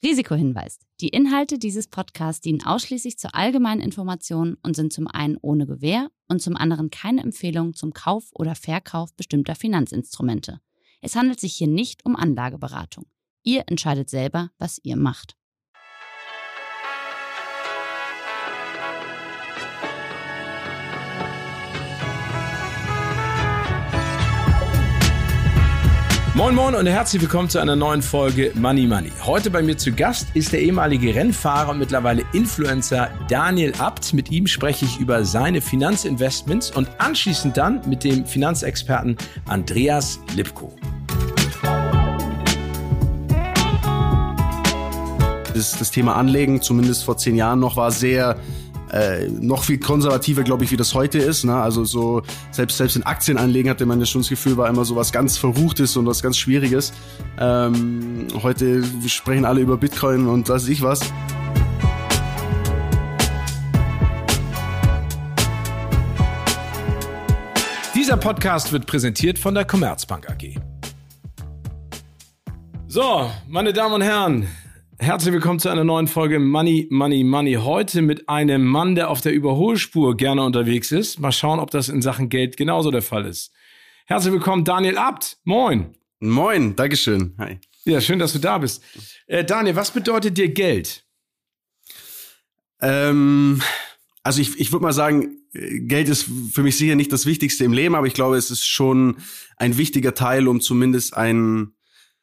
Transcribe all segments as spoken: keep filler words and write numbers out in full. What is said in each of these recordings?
Risikohinweis. Die Inhalte dieses Podcasts dienen ausschließlich zur allgemeinen Information und sind zum einen ohne Gewähr und zum anderen keine Empfehlung zum Kauf oder Verkauf bestimmter Finanzinstrumente. Es handelt sich hier nicht um Anlageberatung. Ihr entscheidet selber, was ihr macht. Moin Moin und herzlich willkommen zu einer neuen Folge Money Money. Heute bei mir zu Gast ist der ehemalige Rennfahrer und mittlerweile Influencer Daniel Abt. Mit ihm spreche ich über seine Finanzinvestments und anschließend dann mit dem Finanzexperten Andreas Lipko. Das, das Thema Anlegen, zumindest vor zehn Jahren noch, war sehr... Äh, noch viel konservativer, glaube ich, wie das heute ist. Ne? Also so selbst selbst in Aktien anlegen hatte man ja schon das Gefühl, war immer so was ganz Verruchtes und was ganz Schwieriges. Ähm, heute sprechen alle über Bitcoin und weiß ich was. Dieser Podcast wird präsentiert von der Commerzbank A G. So, meine Damen und Herren, herzlich willkommen zu einer neuen Folge Money, Money, Money. Heute mit einem Mann, der auf der Überholspur gerne unterwegs ist. Mal schauen, ob das in Sachen Geld genauso der Fall ist. Herzlich willkommen, Daniel Abt. Moin. Moin, Dankeschön. Hi. Ja, schön, dass du da bist. Äh, Daniel, was bedeutet dir Geld? Ähm, also ich, ich würde mal sagen, Geld ist für mich sicher nicht das Wichtigste im Leben, aber ich glaube, es ist schon ein wichtiger Teil, um zumindest ein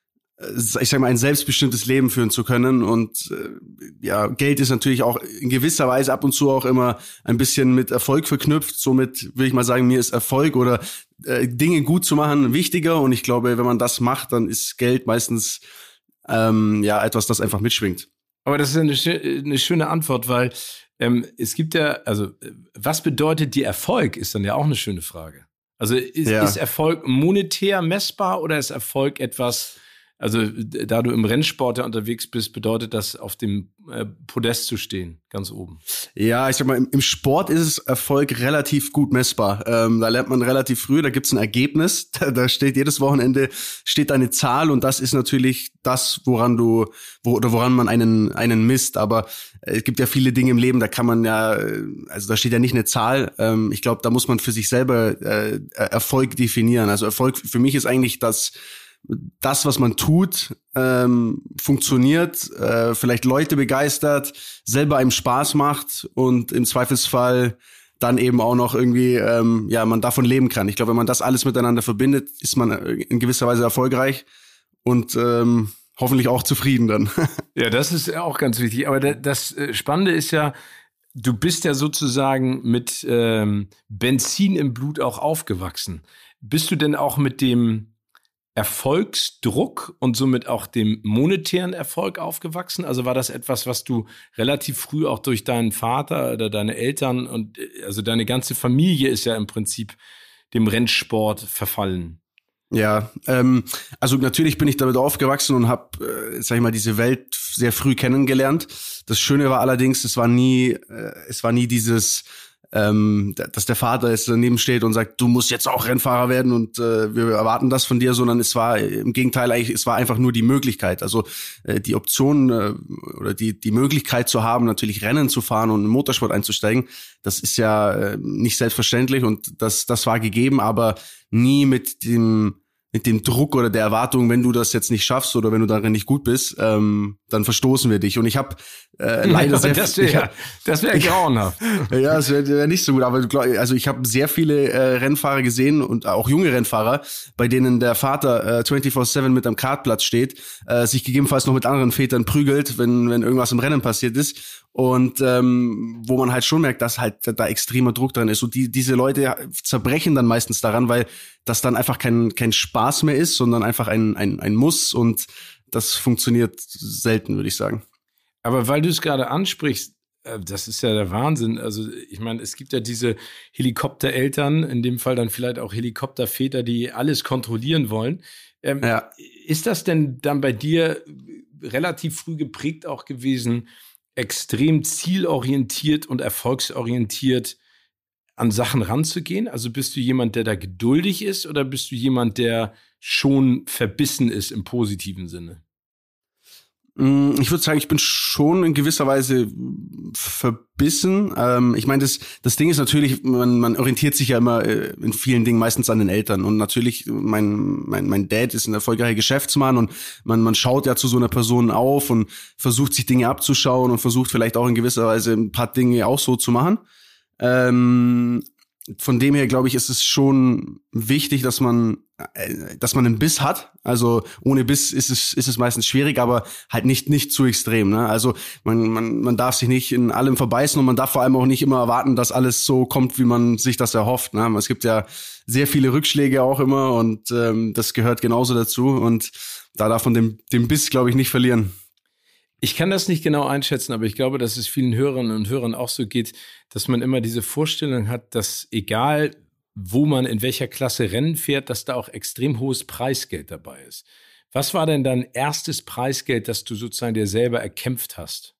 ich sag mal, ein selbstbestimmtes Leben führen zu können. Und äh, ja, Geld ist natürlich auch in gewisser Weise ab und zu auch immer ein bisschen mit Erfolg verknüpft. Somit würde ich mal sagen, mir ist Erfolg oder äh, Dinge gut zu machen wichtiger. Und ich glaube, wenn man das macht, dann ist Geld meistens ähm, ja etwas, das einfach mitschwingt. Aber das ist eine, sch- eine schöne Antwort, weil ähm, es gibt ja, also was bedeutet dir Erfolg, ist dann ja auch eine schöne Frage. Also ist, ja. ist Erfolg monetär messbar oder ist Erfolg etwas... Also da du im Rennsport ja unterwegs bist, bedeutet das, auf dem äh, Podest zu stehen, ganz oben. Ja, ich sag mal, im, im Sport ist es Erfolg relativ gut messbar. Ähm, da lernt man relativ früh, da gibt's ein Ergebnis. Da, da steht jedes Wochenende steht eine Zahl und das ist natürlich das, woran du wo, oder woran man einen einen misst. Aber äh, es gibt ja viele Dinge im Leben, da kann man ja, also da steht ja nicht eine Zahl. Ähm, ich glaube, da muss man für sich selber äh, Erfolg definieren. Also Erfolg für mich ist eigentlich das das, was man tut, ähm, funktioniert, äh, vielleicht Leute begeistert, selber einem Spaß macht und im Zweifelsfall dann eben auch noch irgendwie, ähm, ja, man davon leben kann. Ich glaube, wenn man das alles miteinander verbindet, ist man in gewisser Weise erfolgreich und ähm, hoffentlich auch zufrieden dann. Ja, das ist auch ganz wichtig. Aber das Spannende ist ja, du bist ja sozusagen mit ähm, Benzin im Blut auch aufgewachsen. Bist du denn auch mit dem Erfolgsdruck und somit auch dem monetären Erfolg aufgewachsen? Also war das etwas, was du relativ früh auch durch deinen Vater oder deine Eltern und also deine ganze Familie ist ja im Prinzip dem Rennsport verfallen? Ja, ähm, also natürlich bin ich damit aufgewachsen und habe, äh, sag ich mal, diese Welt sehr früh kennengelernt. Das Schöne war allerdings, es war nie, äh, es war nie dieses Ähm, dass der Vater jetzt daneben steht und sagt, du musst jetzt auch Rennfahrer werden und äh, wir erwarten das von dir, sondern es war im Gegenteil eigentlich, es war einfach nur die Möglichkeit, also äh, die Option äh, oder die die Möglichkeit zu haben, natürlich Rennen zu fahren und in den Motorsport einzusteigen, das ist ja äh, nicht selbstverständlich und das das war gegeben, aber nie mit dem mit dem Druck oder der Erwartung, wenn du das jetzt nicht schaffst oder wenn du darin nicht gut bist, ähm, dann verstoßen wir dich. Und ich habe äh, leider ja, sehr... Das wäre das wär grauenhaft. Ja, das wäre wär nicht so gut. Aber also ich habe sehr viele äh, Rennfahrer gesehen und auch junge Rennfahrer, bei denen der Vater äh, vierundzwanzig sieben mit am Kartplatz steht, äh, sich gegebenenfalls noch mit anderen Vätern prügelt, wenn wenn irgendwas im Rennen passiert ist. Und ähm, wo man halt schon merkt, dass halt da extremer Druck dran ist. Und die diese Leute zerbrechen dann meistens daran, weil das dann einfach kein kein Spaß mehr ist, sondern einfach ein ein ein Muss. Und das funktioniert selten, würde ich sagen. Aber weil du es gerade ansprichst, das ist ja der Wahnsinn. Also ich meine, es gibt ja diese Helikoptereltern, in dem Fall dann vielleicht auch Helikopterväter, die alles kontrollieren wollen. Ähm, ja. Ist das denn dann bei dir relativ früh geprägt auch gewesen, extrem zielorientiert und erfolgsorientiert an Sachen ranzugehen? Also bist du jemand, der da geduldig ist oder bist du jemand, der schon verbissen ist im positiven Sinne? Ich würde sagen, ich bin schon in gewisser Weise verbissen. Ähm, ich meine, das, das Ding ist natürlich, man, man orientiert sich ja immer äh, in vielen Dingen meistens an den Eltern. Und natürlich, mein, mein, mein Dad ist ein erfolgreicher Geschäftsmann und man, man schaut ja zu so einer Person auf und versucht sich Dinge abzuschauen und versucht vielleicht auch in gewisser Weise ein paar Dinge auch so zu machen. Ähm, Von dem her, glaube ich, ist es schon wichtig, dass man, dass man einen Biss hat. Also ohne Biss ist es, ist es meistens schwierig, aber halt nicht, nicht zu extrem, ne? Also man, man, man darf sich nicht in allem verbeißen und man darf vor allem auch nicht immer erwarten, dass alles so kommt, wie man sich das erhofft, ne? Es gibt ja sehr viele Rückschläge auch immer und ähm, das gehört genauso dazu und da darf man den, den Biss, glaube ich, nicht verlieren. Ich kann das nicht genau einschätzen, aber ich glaube, dass es vielen Hörerinnen und Hörern auch so geht, dass man immer diese Vorstellung hat, dass egal, wo man in welcher Klasse Rennen fährt, dass da auch extrem hohes Preisgeld dabei ist. Was war denn dein erstes Preisgeld, das du sozusagen dir selber erkämpft hast?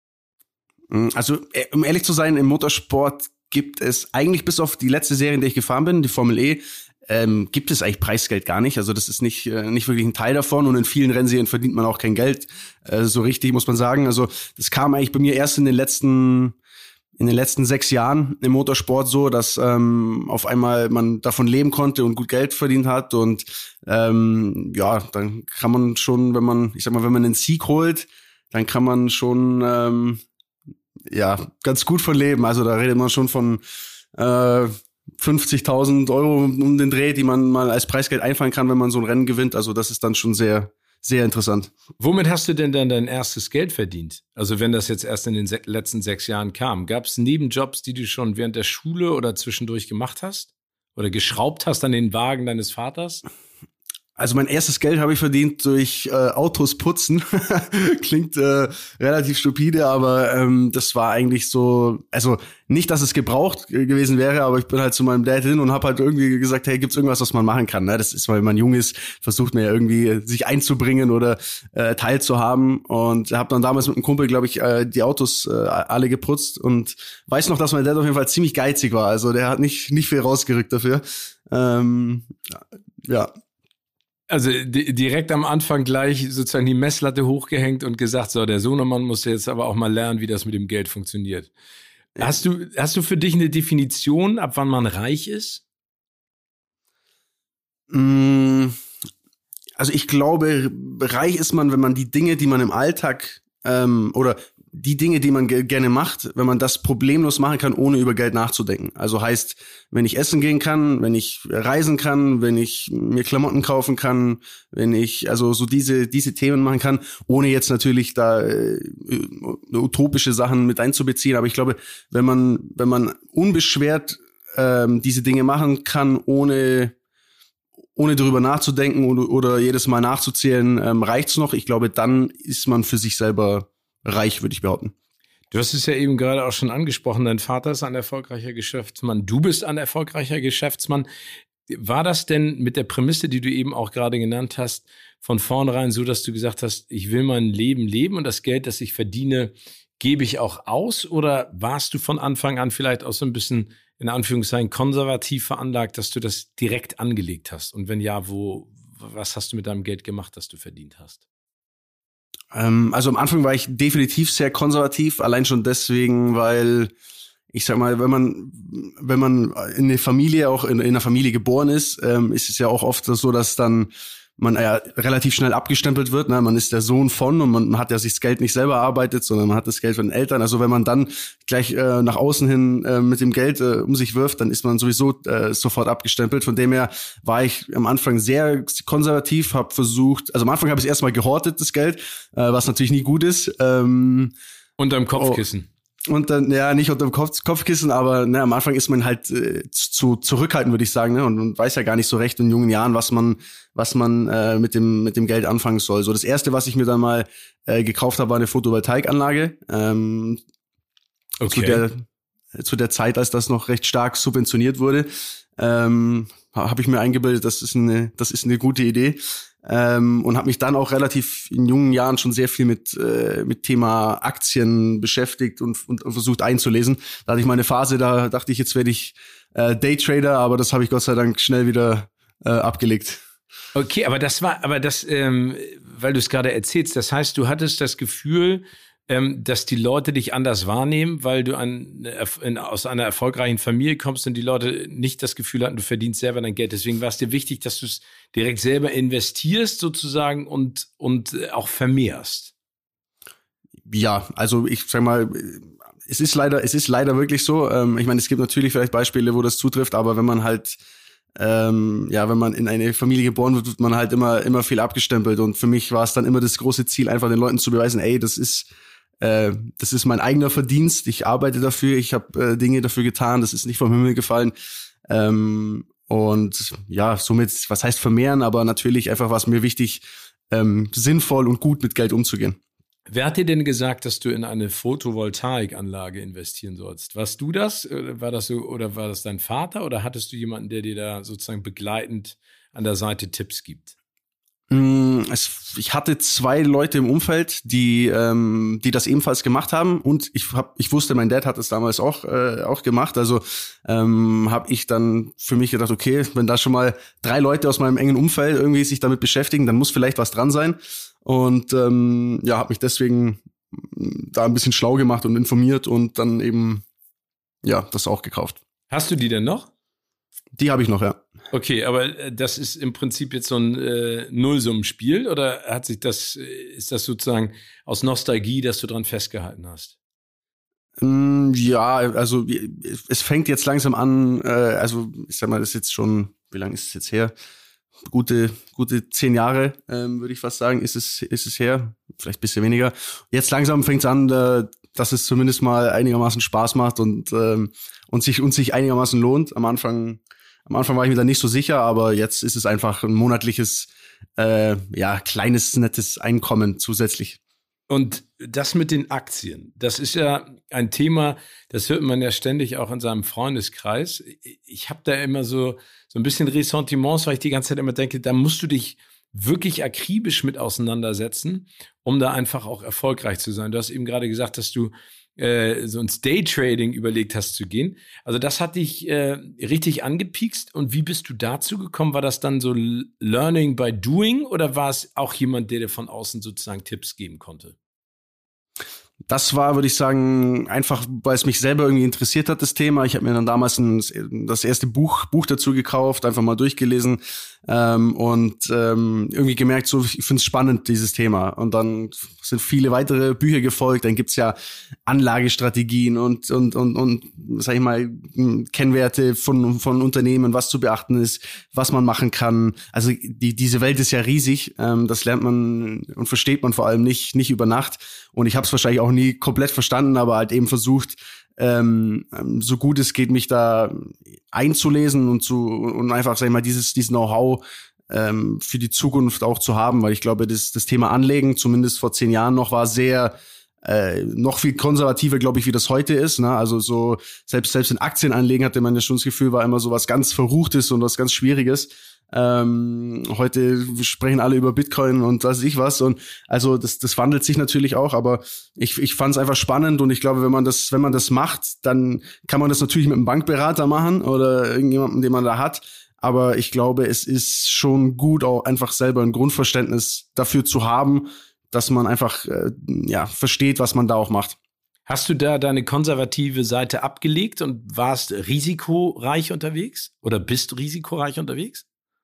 Also, um ehrlich zu sein, im Motorsport gibt es eigentlich bis auf die letzte Serie, in der ich gefahren bin, die Formel E, Ähm, gibt es eigentlich Preisgeld gar nicht. Also das ist nicht äh, nicht wirklich ein Teil davon und in vielen Rennserien verdient man auch kein Geld, äh, so richtig, muss man sagen. Also das kam eigentlich bei mir erst in den letzten in den letzten sechs Jahren im Motorsport so, dass ähm, auf einmal man davon leben konnte und gut Geld verdient hat und ähm, ja, dann kann man schon, wenn man, ich sag mal, wenn man einen Sieg holt, dann kann man schon ähm, ja ganz gut von leben. Also da redet man schon von äh, fünfzigtausend Euro um den Dreh, die man mal als Preisgeld einfahren kann, wenn man so ein Rennen gewinnt. Also das ist dann schon sehr, sehr interessant. Womit hast du denn dann dein erstes Geld verdient? Also wenn das jetzt erst in den se- letzten sechs Jahren kam. Gab es Nebenjobs, die du schon während der Schule oder zwischendurch gemacht hast? Oder geschraubt hast an den Wagen deines Vaters? Also mein erstes Geld habe ich verdient durch äh, Autos putzen. Klingt äh, relativ stupide, aber ähm, das war eigentlich so, also nicht, dass es gebraucht gewesen wäre, aber ich bin halt zu meinem Dad hin und habe halt irgendwie gesagt, hey, gibt's irgendwas, was man machen kann? Ne? Das ist, weil man jung ist, versucht man ja irgendwie sich einzubringen oder äh, teilzuhaben und habe dann damals mit einem Kumpel, glaube ich, äh, die Autos äh, alle geputzt und weiß noch, dass mein Dad auf jeden Fall ziemlich geizig war. Also der hat nicht nicht viel rausgerückt dafür. Ähm, ja. Also di- direkt am Anfang gleich sozusagen die Messlatte hochgehängt und gesagt, so, der Sohnemann muss jetzt aber auch mal lernen, wie das mit dem Geld funktioniert. Hast du, hast du für dich eine Definition, ab wann man reich ist? Also ich glaube, reich ist man, wenn man die Dinge, die man im Alltag ähm, oder die Dinge, die man ge- gerne macht, wenn man das problemlos machen kann, ohne über Geld nachzudenken. Also heißt, wenn ich essen gehen kann, wenn ich reisen kann, wenn ich mir Klamotten kaufen kann, wenn ich also so diese diese Themen machen kann, ohne jetzt natürlich da äh, utopische Sachen mit einzubeziehen. Aber ich glaube, wenn man wenn man unbeschwert ähm, diese Dinge machen kann, ohne ohne darüber nachzudenken oder, oder jedes Mal nachzuzählen, ähm, reicht's noch. Ich glaube, dann ist man für sich selber reich, würde ich behaupten. Du hast es ja eben gerade auch schon angesprochen, dein Vater ist ein erfolgreicher Geschäftsmann, du bist ein erfolgreicher Geschäftsmann. War das denn mit der Prämisse, die du eben auch gerade genannt hast, von vornherein so, dass du gesagt hast, ich will mein Leben leben und das Geld, das ich verdiene, gebe ich auch aus? Oder warst du von Anfang an vielleicht auch so ein bisschen, in Anführungszeichen, konservativ veranlagt, dass du das direkt angelegt hast? Und wenn ja, wo, was hast du mit deinem Geld gemacht, das du verdient hast? Ähm, also am Anfang war ich definitiv sehr konservativ, allein schon deswegen, weil ich sag mal, wenn man wenn man in eine Familie, auch in, in einer Familie geboren ist, ähm, ist es ja auch oft so, dass dann man ja relativ schnell abgestempelt wird. Ne? Man ist der Sohn von und man hat ja sich das Geld nicht selber erarbeitet, sondern man hat das Geld von den Eltern. Also wenn man dann gleich äh, nach außen hin äh, mit dem Geld äh, um sich wirft, dann ist man sowieso äh, sofort abgestempelt. Von dem her war ich am Anfang sehr konservativ, habe versucht, also am Anfang habe ich erstmal gehortet, das Geld, äh, was natürlich nie gut ist. Ähm, Unterm Kopfkissen. Oh. Und dann, ja, nicht unter dem Kopf, Kopfkissen, aber ne, am Anfang ist man halt äh, zu zurückhaltend, würde ich sagen, ne, und, und weiß ja gar nicht so recht in jungen Jahren, was man, was man äh, mit dem mit dem Geld anfangen soll. So das erste, was ich mir dann mal äh, gekauft habe, war eine Photovoltaikanlage. Ähm, Okay. Zu der zu der Zeit, als das noch recht stark subventioniert wurde, ähm, habe ich mir eingebildet, das ist eine, das ist eine gute Idee. Ähm, und habe mich dann auch relativ in jungen Jahren schon sehr viel mit äh, mit Thema Aktien beschäftigt und, und versucht einzulesen. Da hatte ich mal eine Phase, da dachte ich, jetzt werde ich äh, Daytrader, aber das habe ich Gott sei Dank schnell wieder äh, abgelegt. Okay, aber das war, aber das ähm, weil du es gerade erzählst, das heißt, du hattest das Gefühl, ähm, dass die Leute dich anders wahrnehmen, weil du an, in, aus einer erfolgreichen Familie kommst und die Leute nicht das Gefühl hatten, du verdienst selber dein Geld. Deswegen war es dir wichtig, dass du es direkt selber investierst sozusagen und, und auch vermehrst. Ja, also ich sag mal, es ist leider, es ist leider wirklich so. Ähm, ich meine, es gibt natürlich vielleicht Beispiele, wo das zutrifft, aber wenn man halt Ähm, ja, wenn man in eine Familie geboren wird, wird man halt immer immer viel abgestempelt und für mich war es dann immer das große Ziel, einfach den Leuten zu beweisen, ey, das ist äh, das ist mein eigener Verdienst, ich arbeite dafür, ich habe äh, Dinge dafür getan, das ist nicht vom Himmel gefallen ähm, und ja, somit, was heißt vermehren, aber natürlich einfach war es mir wichtig, ähm, sinnvoll und gut mit Geld umzugehen. Wer hat dir denn gesagt, dass du in eine Photovoltaikanlage investieren sollst? Warst du das? War das so, oder war das dein Vater? Oder hattest du jemanden, der dir da sozusagen begleitend an der Seite Tipps gibt? Es, ich hatte zwei Leute im Umfeld, die ähm, die das ebenfalls gemacht haben und ich hab, ich wusste, mein Dad hat es damals auch äh, auch gemacht. Also ähm, habe ich dann für mich gedacht, okay, wenn da schon mal drei Leute aus meinem engen Umfeld irgendwie sich damit beschäftigen, dann muss vielleicht was dran sein. Und ähm, ja, habe mich deswegen da ein bisschen schlau gemacht und informiert und dann eben ja das auch gekauft. Hast du die denn noch? Die habe ich noch, ja. Okay, aber das ist im Prinzip jetzt so ein äh, Nullsummenspiel oder hat sich das, ist das sozusagen aus Nostalgie, dass du dran festgehalten hast? Ja, also es fängt jetzt langsam an, äh, also ich sag mal, das ist jetzt schon, wie lange ist es jetzt her? Gute, gute zehn Jahre, ähm, würde ich fast sagen, ist es, ist es her. Vielleicht ein bisschen weniger. Jetzt langsam fängt es an, äh, dass es zumindest mal einigermaßen Spaß macht und, ähm, und sich, und sich einigermaßen lohnt. Am Anfang, am Anfang war ich mir da nicht so sicher, aber jetzt ist es einfach ein monatliches, äh, ja, kleines, nettes Einkommen zusätzlich. Und das mit den Aktien, das ist ja ein Thema, das hört man ja ständig auch in seinem Freundeskreis. Ich habe da immer so, so ein bisschen Ressentiments, weil ich die ganze Zeit immer denke, da musst du dich wirklich akribisch mit auseinandersetzen, um da einfach auch erfolgreich zu sein. Du hast eben gerade gesagt, dass du äh, so ins Daytrading überlegt hast zu gehen. Also das hat dich äh, richtig angepiekst. Und wie bist du dazu gekommen? War das dann so Learning by Doing oder war es auch jemand, der dir von außen sozusagen Tipps geben konnte? Das war, würde ich sagen, einfach, weil es mich selber irgendwie interessiert hat, das Thema. Ich habe mir dann damals ein, das erste Buch Buch dazu gekauft, einfach mal durchgelesen ähm, und ähm, irgendwie gemerkt, so ich finde es spannend, dieses Thema. Und dann sind viele weitere Bücher gefolgt. Dann gibt's ja Anlagestrategien und und und und sag ich mal Kennwerte von von Unternehmen, was zu beachten ist, was man machen kann. Also die diese Welt ist ja riesig. Ähm, das lernt man und versteht man vor allem nicht nicht über Nacht. Und ich habe es wahrscheinlich auch nie komplett verstanden, aber halt eben versucht, ähm, so gut es geht, mich da einzulesen und zu und einfach, sag ich mal, dieses dieses Know-how ähm, für die Zukunft auch zu haben, weil ich glaube, das das Thema Anlegen, zumindest vor zehn Jahren noch, war sehr äh, noch viel konservativer, glaube ich, wie das heute ist. Ne? Also so selbst selbst in Aktien anlegen hatte man ja schon das Gefühl, war immer so was ganz Verruchtes und was ganz Schwieriges. Ähm, heute sprechen alle über Bitcoin und weiß ich was und also das das wandelt sich natürlich auch, aber ich ich fand es einfach spannend und ich glaube, wenn man das wenn man das macht, dann kann man das natürlich mit einem Bankberater machen oder irgendjemandem, den man da hat, aber ich glaube, es ist schon gut, auch einfach selber ein Grundverständnis dafür zu haben, dass man einfach äh, ja versteht, was man da auch macht. Hast du da deine konservative Seite abgelegt und warst risikoreich unterwegs oder bist du risikoreich unterwegs?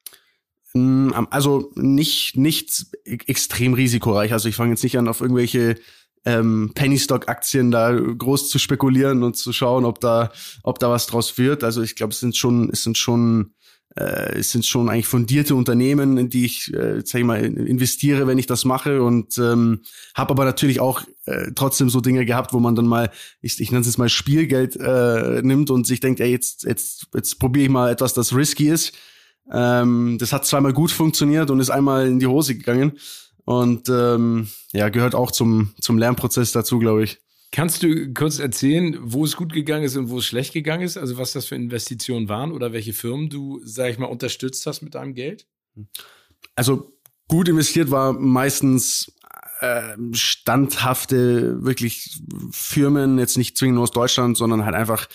Also nicht nicht extrem risikoreich. Also ich fange jetzt nicht an, auf irgendwelche ähm, Penny-Stock-Aktien da groß zu spekulieren und zu schauen, ob da ob da was draus wird. Also ich glaube, es sind schon es sind schon äh, es sind schon eigentlich fundierte Unternehmen, in die ich, äh, sag ich mal, investiere, wenn ich das mache und ähm, habe aber natürlich auch äh, trotzdem so Dinge gehabt, wo man dann mal, ich, ich nenne es jetzt mal Spielgeld äh, nimmt und sich denkt, ey, jetzt jetzt jetzt probiere ich mal etwas, das risky ist. Ähm, das hat zweimal gut funktioniert und ist einmal in die Hose gegangen und ähm, ja, gehört auch zum zum Lernprozess dazu, glaube ich. Kannst du kurz erzählen, wo es gut gegangen ist und wo es schlecht gegangen ist? Also was das für Investitionen waren oder welche Firmen du, sag ich mal, unterstützt hast mit deinem Geld? Also gut investiert war meistens äh, standhafte, wirklich Firmen, jetzt nicht zwingend nur aus Deutschland, sondern halt einfach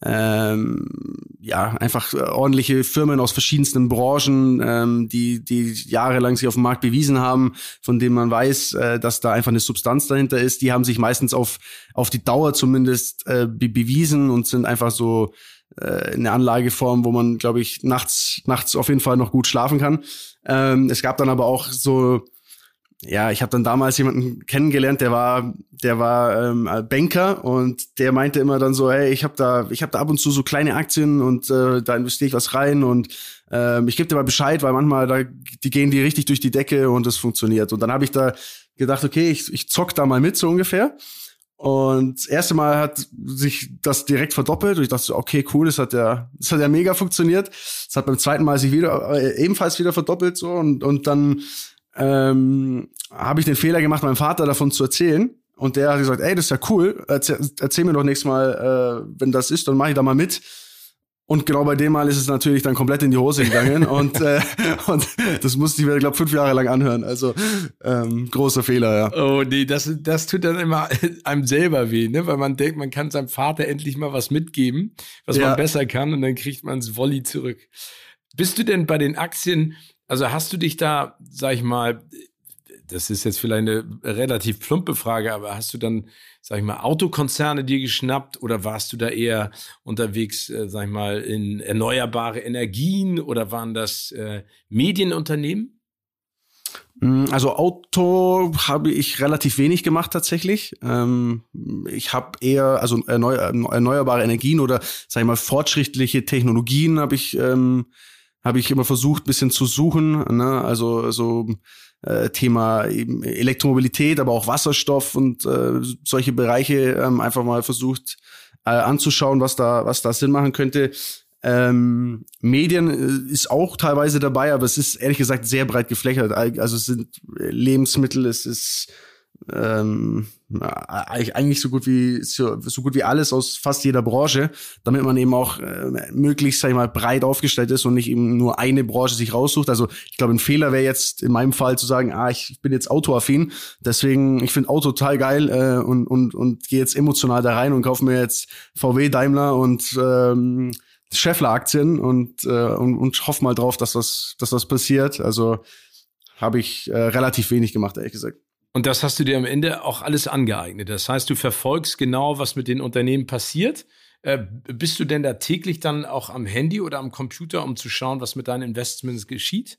ähm, ja, einfach ordentliche Firmen aus verschiedensten Branchen, ähm, die die jahrelang sich auf dem Markt bewiesen haben, von denen man weiß, äh, dass da einfach eine Substanz dahinter ist. Die haben sich meistens auf auf die Dauer zumindest äh, be- bewiesen und sind einfach so äh, eine Anlageform, wo man, glaube ich, nachts nachts auf jeden Fall noch gut schlafen kann. Ähm, es gab dann aber auch so Ja, ich habe dann damals jemanden kennengelernt, der war, der war ähm, Banker und der meinte immer dann so, hey, ich habe da, ich habe da ab und zu so kleine Aktien und äh, da investiere ich was rein und ähm, ich gebe dir mal Bescheid, weil manchmal da die gehen die richtig durch die Decke und das funktioniert. Und dann habe ich da gedacht, okay, ich, ich zock da mal mit so ungefähr. Und das erste Mal hat sich das direkt verdoppelt und ich dachte so, okay, cool, das hat ja, das hat ja mega funktioniert. Das hat beim zweiten Mal sich wieder äh, ebenfalls wieder verdoppelt so und und dann ähm, habe ich den Fehler gemacht, meinem Vater davon zu erzählen. Und der hat gesagt, ey, das ist ja cool, erzähl, erzähl mir doch nächstes Mal, äh, wenn das ist, dann mache ich da mal mit. Und genau bei dem Mal ist es natürlich dann komplett in die Hose gegangen. und äh, und das musste ich mir, glaube ich, fünf Jahre lang anhören. Also ähm, großer Fehler, ja. Oh nee, das, das tut dann immer einem selber weh, ne? Weil man denkt, man kann seinem Vater endlich mal was mitgeben, was Ja. man besser kann und dann kriegt man das Volley zurück. Bist du denn bei den Aktien, also hast du dich da, sag ich mal, das ist jetzt vielleicht eine relativ plumpe Frage, aber hast du dann, sag ich mal, Autokonzerne dir geschnappt oder warst du da eher unterwegs, äh, sag ich mal, in erneuerbare Energien oder waren das äh, Medienunternehmen? Also Auto habe ich relativ wenig gemacht tatsächlich. Ähm, ich habe eher, also erneu erneuerbare Energien oder, sag ich mal, fortschrittliche Technologien habe ich ähm, habe ich immer versucht, bisschen zu suchen, ne? Also so äh, Thema eben Elektromobilität, aber auch Wasserstoff und äh, solche Bereiche ähm, einfach mal versucht äh, anzuschauen, was da was da Sinn machen könnte. Ähm, Medien äh, ist auch teilweise dabei, aber es ist ehrlich gesagt sehr breit gefächert. Also es sind Lebensmittel, es ist ähm, eigentlich so gut wie so, so gut wie alles aus fast jeder Branche, damit man eben auch äh, möglichst, sag ich mal, breit aufgestellt ist und nicht eben nur eine Branche sich raussucht. Also ich glaube, ein Fehler wäre jetzt in meinem Fall zu sagen, ah, ich bin jetzt autoaffin, deswegen, ich finde Auto total geil äh, und und und gehe jetzt emotional da rein und kaufe mir jetzt V W, Daimler und ähm, Schaeffler-Aktien und, äh, und und hoffe mal drauf, dass das dass das passiert. Also habe ich äh, relativ wenig gemacht, ehrlich gesagt. Und das hast du dir am Ende auch alles angeeignet. Das heißt, du verfolgst genau, was mit den Unternehmen passiert. Äh, bist du denn da täglich dann auch am Handy oder am Computer, um zu schauen, was mit deinen Investments geschieht?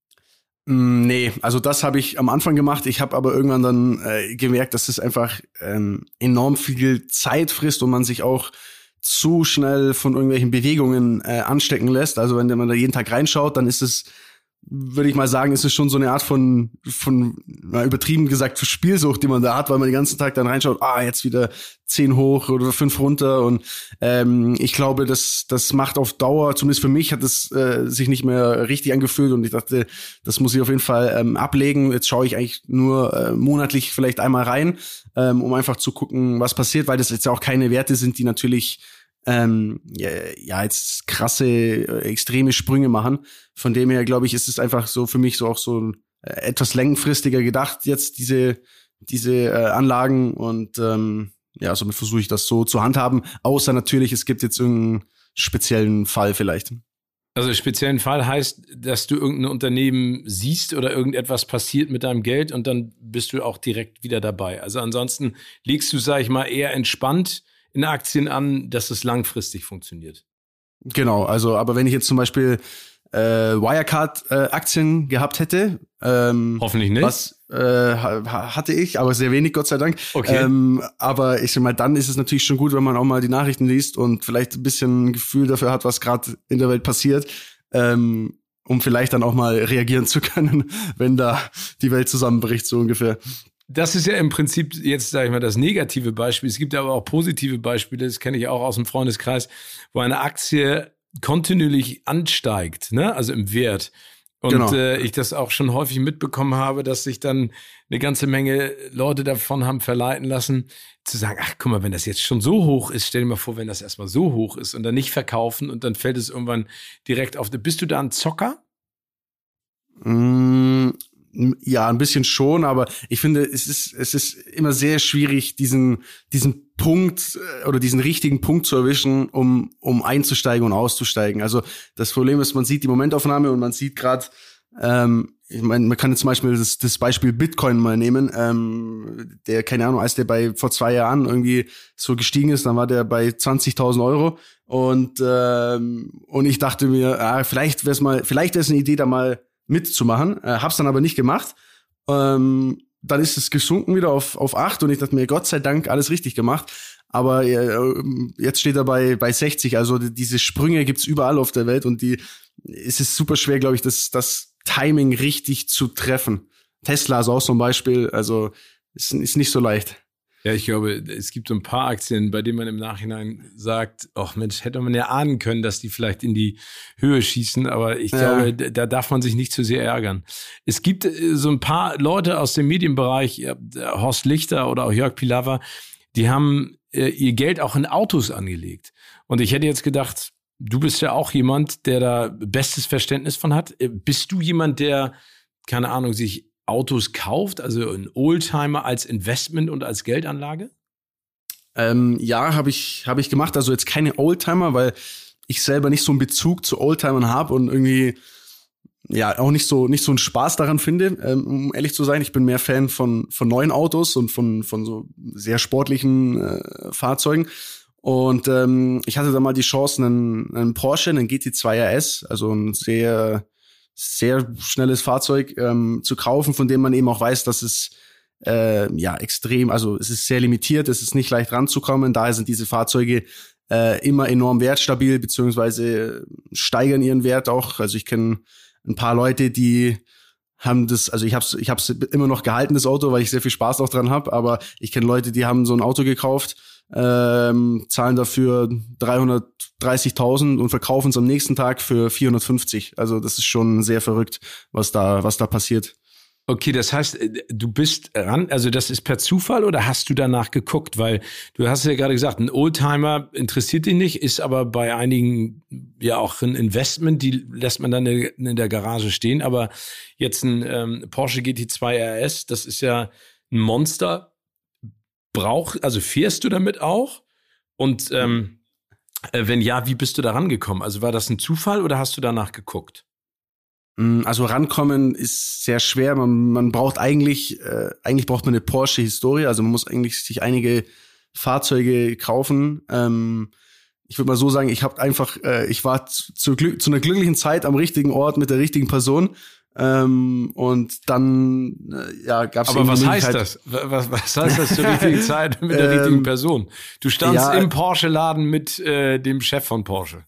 Nee, also das habe ich am Anfang gemacht. Ich habe aber irgendwann dann äh, gemerkt, dass es einfach ähm, enorm viel Zeit frisst und man sich auch zu schnell von irgendwelchen Bewegungen äh, anstecken lässt. Also wenn man da jeden Tag reinschaut, dann ist es, würde ich mal sagen, ist es schon so eine Art von, von na, übertrieben gesagt, Spielsucht, die man da hat, weil man den ganzen Tag dann reinschaut, ah, jetzt wieder zehn hoch oder fünf runter. Und ähm, ich glaube, das das macht auf Dauer, zumindest für mich, hat es äh, sich nicht mehr richtig angefühlt. Und ich dachte, das muss ich auf jeden Fall ähm, ablegen. Jetzt schaue ich eigentlich nur äh, monatlich vielleicht einmal rein, ähm, um einfach zu gucken, was passiert, weil das jetzt ja auch keine Werte sind, die natürlich Ähm, ja, ja, jetzt krasse, äh, extreme Sprünge machen. Von dem her, glaube ich, ist es einfach so für mich so auch so äh, etwas längerfristiger gedacht, jetzt diese diese äh, Anlagen und ähm, ja, somit versuche ich das so zu handhaben, außer natürlich, es gibt jetzt irgendeinen speziellen Fall vielleicht. Also speziellen Fall heißt, dass du irgendein Unternehmen siehst oder irgendetwas passiert mit deinem Geld und dann bist du auch direkt wieder dabei. Also ansonsten legst du, sag ich mal, eher entspannt in Aktien an, dass es langfristig funktioniert. Genau, also aber wenn ich jetzt zum Beispiel äh, Wirecard-Aktien äh, gehabt hätte, ähm, hoffentlich nicht. Was äh, ha- hatte ich, aber sehr wenig, Gott sei Dank. Okay. Ähm, aber ich sag mal, dann ist es natürlich schon gut, wenn man auch mal die Nachrichten liest und vielleicht ein bisschen ein Gefühl dafür hat, was gerade in der Welt passiert, ähm, um vielleicht dann auch mal reagieren zu können, wenn da die Welt zusammenbricht, so ungefähr. Das ist ja im Prinzip jetzt, sage ich mal, das negative Beispiel. Es gibt aber auch positive Beispiele, das kenne ich auch aus dem Freundeskreis, wo eine Aktie kontinuierlich ansteigt, ne? Also im Wert. Und genau. äh, ich das auch schon häufig mitbekommen habe, dass sich dann eine ganze Menge Leute davon haben verleiten lassen, zu sagen, ach guck mal, wenn das jetzt schon so hoch ist, stell dir mal vor, wenn das erstmal so hoch ist und dann nicht verkaufen und dann fällt es irgendwann direkt auf. Bist du da ein Zocker? Mm. Ja, ein bisschen schon, aber ich finde, es ist es ist immer sehr schwierig, diesen diesen Punkt oder diesen richtigen Punkt zu erwischen, um um einzusteigen und auszusteigen. Also das Problem ist, man sieht die Momentaufnahme und man sieht gerade, ähm, ich meine, man kann jetzt zum Beispiel das, das Beispiel Bitcoin mal nehmen, ähm, der, keine Ahnung, als der bei vor zwei Jahren irgendwie so gestiegen ist, dann war der bei zwanzigtausend Euro und ähm, und ich dachte mir, ah, vielleicht wär's mal, vielleicht wäre es eine Idee, da mal mitzumachen, äh, hab's dann aber nicht gemacht. Ähm, dann ist es gesunken wieder auf auf acht und ich dachte mir, Gott sei Dank alles richtig gemacht. Aber äh, jetzt steht er bei bei sechzig, also diese Sprünge gibt's überall auf der Welt und die es ist super schwer, glaube ich, das das Timing richtig zu treffen. Tesla ist auch so ein Beispiel, also ist, ist nicht so leicht. Ja, ich glaube, es gibt so ein paar Aktien, bei denen man im Nachhinein sagt, ach Mensch, hätte man ja ahnen können, dass die vielleicht in die Höhe schießen, aber ich Ja. glaube, da darf man sich nicht zu sehr ärgern. Es gibt so ein paar Leute aus dem Medienbereich, Horst Lichter oder auch Jörg Pilawa, die haben ihr Geld auch in Autos angelegt. Und ich hätte jetzt gedacht, du bist ja auch jemand, der da bestes Verständnis von hat. Bist du jemand, der, keine Ahnung, sich Autos kauft, also ein Oldtimer als Investment und als Geldanlage? Ähm, ja, habe ich habe ich gemacht. Also jetzt keine Oldtimer, weil ich selber nicht so einen Bezug zu Oldtimern habe und irgendwie ja auch nicht so nicht so einen Spaß daran finde, ähm, um ehrlich zu sein. Ich bin mehr Fan von von neuen Autos und von von so sehr sportlichen äh, Fahrzeugen. Und ähm, ich hatte da mal die Chance, einen, einen Porsche, einen G T zwei R S, also ein sehr sehr schnelles Fahrzeug ähm, zu kaufen, von dem man eben auch weiß, dass es äh, ja extrem, also es ist sehr limitiert, es ist nicht leicht ranzukommen. Daher sind diese Fahrzeuge äh, immer enorm wertstabil, beziehungsweise steigern ihren Wert auch. Also ich kenne ein paar Leute, die haben das, also ich habe es ich hab's immer noch gehalten, das Auto, weil ich sehr viel Spaß auch dran habe, aber ich kenne Leute, die haben so ein Auto gekauft, ähm, zahlen dafür dreihundertdreißigtausend und verkaufen es am nächsten Tag für vierhundertfünfzig. Also das ist schon sehr verrückt, was da was da passiert. Okay, das heißt, du bist ran, also das ist per Zufall oder hast du danach geguckt? Weil du hast ja gerade gesagt, ein Oldtimer interessiert dich nicht, ist aber bei einigen ja auch ein Investment, die lässt man dann in der Garage stehen. Aber jetzt ein ähm, Porsche G T zwei R S, das ist ja ein Monster. Brauch, also fährst du damit auch? Und ähm, äh, wenn ja, wie bist du da rangekommen? Also war das ein Zufall oder hast du danach geguckt? Also rankommen ist sehr schwer. Man, man braucht eigentlich, äh, eigentlich braucht man eine Porsche-Historie. Also man muss eigentlich sich einige Fahrzeuge kaufen. Ähm, ich würde mal so sagen, ich habe einfach, äh, ich war zu, zu, Glück, zu einer glücklichen Zeit am richtigen Ort mit der richtigen Person. Ähm, und dann, äh, ja, gab's Aber was heißt das? Was, was heißt das zur richtigen Zeit mit der ähm, richtigen Person? Du standst ja, im Porsche-Laden mit äh, dem Chef von Porsche.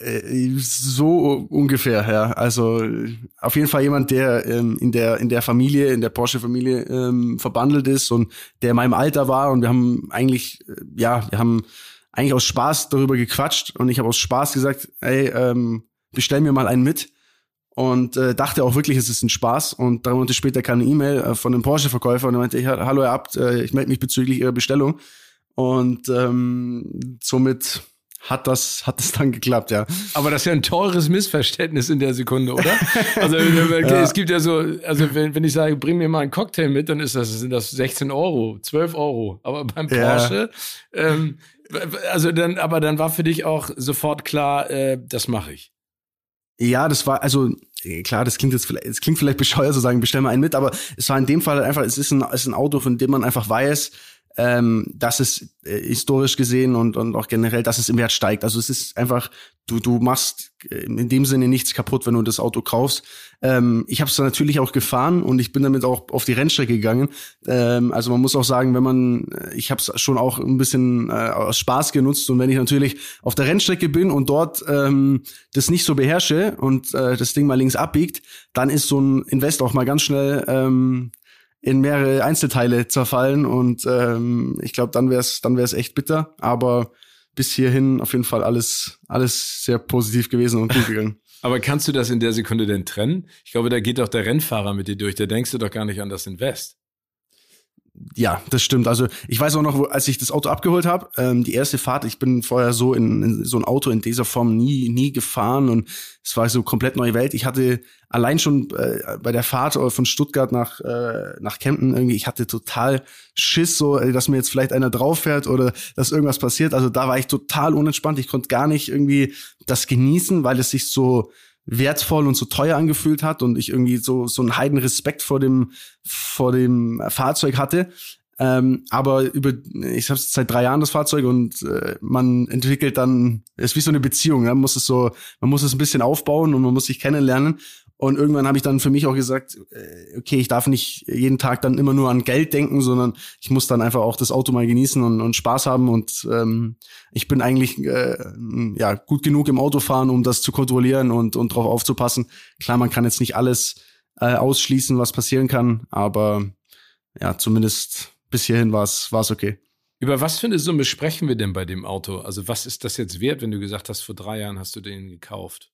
So ungefähr, ja. Also auf jeden Fall jemand, der ähm, in der in der Familie, in der Porsche-Familie ähm, verbandelt ist und der in meinem Alter war und wir haben eigentlich, äh, ja, wir haben eigentlich aus Spaß darüber gequatscht und ich habe aus Spaß gesagt, ey, ähm, bestell mir mal einen mit und äh, dachte auch wirklich, es ist ein Spaß und drei Monate später kam eine E-Mail äh, von einem Porsche-Verkäufer und er meinte, hallo Herr Abt, äh, ich melde mich bezüglich Ihrer Bestellung und ähm, somit hat das hat das dann geklappt, ja. Aber das ist ja ein teures Missverständnis in der Sekunde, oder? Also ja. Es gibt ja so, also wenn, wenn ich sage, bring mir mal einen Cocktail mit, dann ist das, sind das sechzehn Euro, zwölf Euro. Aber beim Porsche, ja. ähm, also dann, aber dann war für dich auch sofort klar, äh, das mache ich. Ja, das war, also klar, das klingt jetzt vielleicht, es klingt vielleicht bescheuert zu sagen, bestell mal einen mit, aber es war in dem Fall einfach, es ist ein, es ist ein Auto, von dem man einfach weiß, ähm, dass es äh, historisch gesehen und und auch generell, dass es im Wert steigt. Also es ist einfach, du du machst in dem Sinne nichts kaputt, wenn du das Auto kaufst. Ähm, ich habe es natürlich auch gefahren und ich bin damit auch auf die Rennstrecke gegangen. Ähm, also man muss auch sagen, wenn man, ich habe es schon auch ein bisschen äh, aus Spaß genutzt und wenn ich natürlich auf der Rennstrecke bin und dort ähm, das nicht so beherrsche und äh, das Ding mal links abbiegt, dann ist so ein Invest auch mal ganz schnell ähm, in mehrere Einzelteile zerfallen und ähm, ich glaube, dann wär's dann wär's echt bitter, aber bis hierhin auf jeden Fall alles alles sehr positiv gewesen und gut gegangen. Aber kannst du das in der Sekunde denn trennen? Ich glaube, da geht doch der Rennfahrer mit dir durch, da denkst du doch gar nicht an das Invest. Ja, das stimmt. Also ich weiß auch noch, wo, als ich das Auto abgeholt habe, ähm, die erste Fahrt, ich bin vorher so in, in so ein Auto in dieser Form nie nie gefahren und es war so komplett neue Welt. Ich hatte allein schon äh, bei der Fahrt von Stuttgart nach äh, nach Kempten irgendwie, ich hatte total Schiss, so dass mir jetzt vielleicht einer drauf fährt oder dass irgendwas passiert. Also da war ich total unentspannt. Ich konnte gar nicht irgendwie das genießen, weil es sich so wertvoll und so teuer angefühlt hat und ich irgendwie so so einen heiden Respekt vor dem vor dem Fahrzeug hatte. Ähm, aber über ich habe seit drei Jahren das Fahrzeug und äh, man entwickelt dann, es ist wie so eine Beziehung, ja? man muss es so man muss es ein bisschen aufbauen und man muss sich kennenlernen. Und irgendwann habe ich dann für mich auch gesagt, okay, ich darf nicht jeden Tag dann immer nur an Geld denken, sondern ich muss dann einfach auch das Auto mal genießen und, und Spaß haben. Und ähm, ich bin eigentlich äh, ja gut genug im Autofahren, um das zu kontrollieren und und drauf aufzupassen. Klar, man kann jetzt nicht alles äh, ausschließen, was passieren kann, aber ja, zumindest bis hierhin war es war es okay. Über was für eine Summe sprechen wir denn bei dem Auto? Also was ist das jetzt wert, wenn du gesagt hast, vor drei Jahren hast du den gekauft?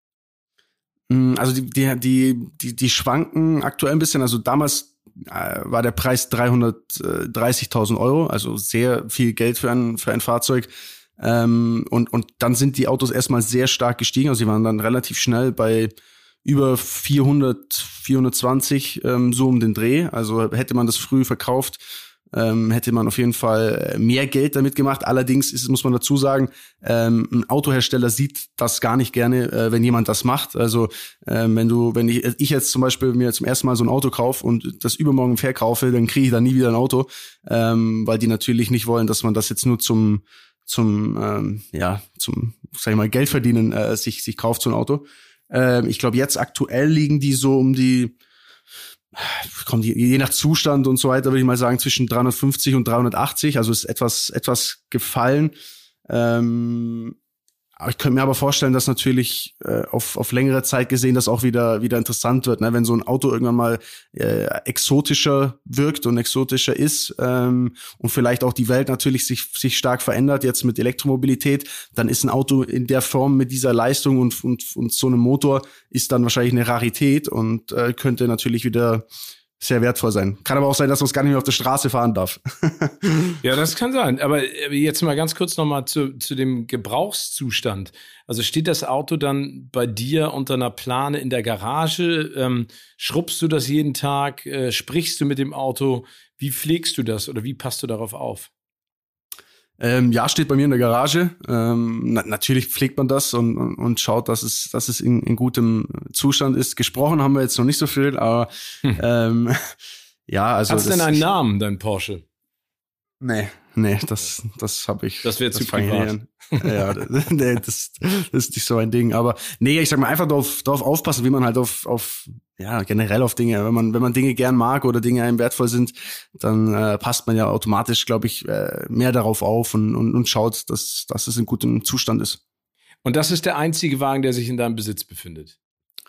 Also die, die, die, die, die schwanken aktuell ein bisschen. Also damals äh, war der Preis dreihundertdreißigtausend Euro, also sehr viel Geld für ein, für ein Fahrzeug. Ähm, und, und dann sind die Autos erstmal sehr stark gestiegen. Also sie waren dann relativ schnell bei über vierhundert, vierhundertzwanzig, ähm, so um den Dreh. Also hätte man das früh verkauft, ähm, hätte man auf jeden Fall mehr Geld damit gemacht. Allerdings ist, muss man dazu sagen, ähm, ein Autohersteller sieht das gar nicht gerne, äh, wenn jemand das macht. Also ähm, wenn du, wenn ich, ich jetzt zum Beispiel mir zum ersten Mal so ein Auto kaufe und das übermorgen verkaufe, dann kriege ich da nie wieder ein Auto, ähm, weil die natürlich nicht wollen, dass man das jetzt nur zum zum ähm, ja zum sag ich mal Geldverdienen äh, sich sich kauft, so ein Auto. Ähm, ich glaube jetzt aktuell liegen die so um die kommt je nach Zustand und so weiter, würde ich mal sagen, zwischen dreihundertfünfzig und dreihundertachtzig, also ist etwas etwas gefallen. Ähm, aber ich könnte mir aber vorstellen, dass natürlich äh, auf auf längere Zeit gesehen das auch wieder wieder interessant wird, ne? Wenn so ein Auto irgendwann mal äh, exotischer wirkt und exotischer ist ähm, und vielleicht auch die Welt natürlich sich sich stark verändert jetzt mit Elektromobilität, dann ist ein Auto in der Form mit dieser Leistung und und und so einem Motor ist dann wahrscheinlich eine Rarität und äh, könnte natürlich wieder sehr wertvoll sein. Kann aber auch sein, dass man es gar nicht mehr auf der Straße fahren darf. Ja, das kann sein. Aber jetzt mal ganz kurz nochmal zu, zu dem Gebrauchszustand. Also steht das Auto dann bei dir unter einer Plane in der Garage? Ähm, schrubbst du das jeden Tag? Äh, sprichst du mit dem Auto? Wie pflegst du das oder wie passt du darauf auf? Ähm, ja, steht bei mir in der Garage. Ähm, na, natürlich pflegt man das und, und, und schaut, dass es, dass es in, in gutem Zustand ist. Gesprochen haben wir jetzt noch nicht so viel, aber hm. ähm, ja, also. Hat's denn einen Namen, dein Porsche? Nee, nee, das, das habe ich. Das wäre zu privat. Ja, nee, das, das ist nicht so ein Ding. Aber nee, ich sag mal, einfach drauf, drauf aufpassen, wie man halt auf, auf, ja, generell auf Dinge, wenn man, wenn man Dinge gern mag oder Dinge einem wertvoll sind, dann äh, passt man ja automatisch, glaube ich, äh, mehr darauf auf und, und, und schaut, dass, dass es in gutem Zustand ist. Und das ist der einzige Wagen, der sich in deinem Besitz befindet?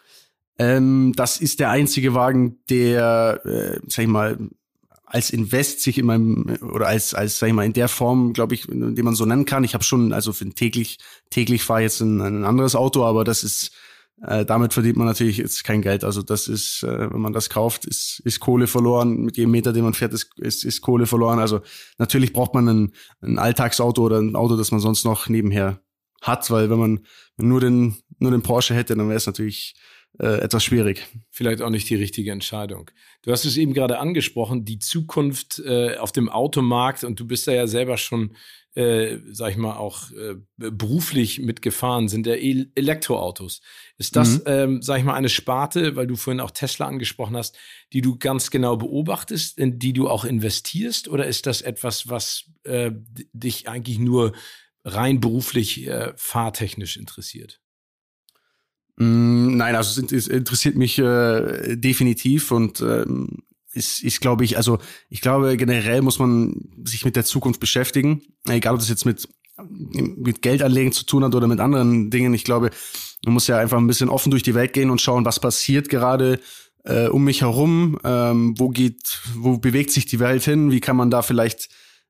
Ähm, das ist der einzige Wagen, der, äh, sag ich mal, als Invest sich in meinem oder als als sag ich mal in der Form, glaube ich, die man so nennen kann. Ich habe schon, also für täglich täglich fahre jetzt ein, ein anderes Auto, aber das ist äh, damit verdient man natürlich jetzt kein Geld. Also das ist, äh, wenn man das kauft, ist ist Kohle verloren. Mit jedem Meter, den man fährt, ist ist, ist Kohle verloren. Also natürlich braucht man ein, ein Alltagsauto oder ein Auto, das man sonst noch nebenher hat, weil wenn man nur den nur den Porsche hätte, dann wäre es natürlich Äh, etwas schwierig. Vielleicht auch nicht die richtige Entscheidung. Du hast es eben gerade angesprochen, die Zukunft äh, auf dem Automarkt, und du bist da ja selber schon, äh, sag ich mal, auch äh, beruflich mitgefahren, sind ja e- Elektroautos. Ist das, mhm. ähm, sag ich mal, eine Sparte, weil du vorhin auch Tesla angesprochen hast, die du ganz genau beobachtest, in die du auch investierst, oder ist das etwas, was äh, d- dich eigentlich nur rein beruflich äh, fahrtechnisch interessiert? Nein, also es interessiert mich äh, definitiv und ähm, ist, ist glaube ich, also ich glaube generell muss man sich mit der Zukunft beschäftigen, egal ob das jetzt mit mit Geldanlegen zu tun hat oder mit anderen Dingen. Ich glaube, man muss ja einfach ein bisschen offen durch die Welt gehen und schauen, was passiert gerade äh, um mich herum, ähm, wo geht, wo bewegt sich die Welt hin, wie kann man da vielleicht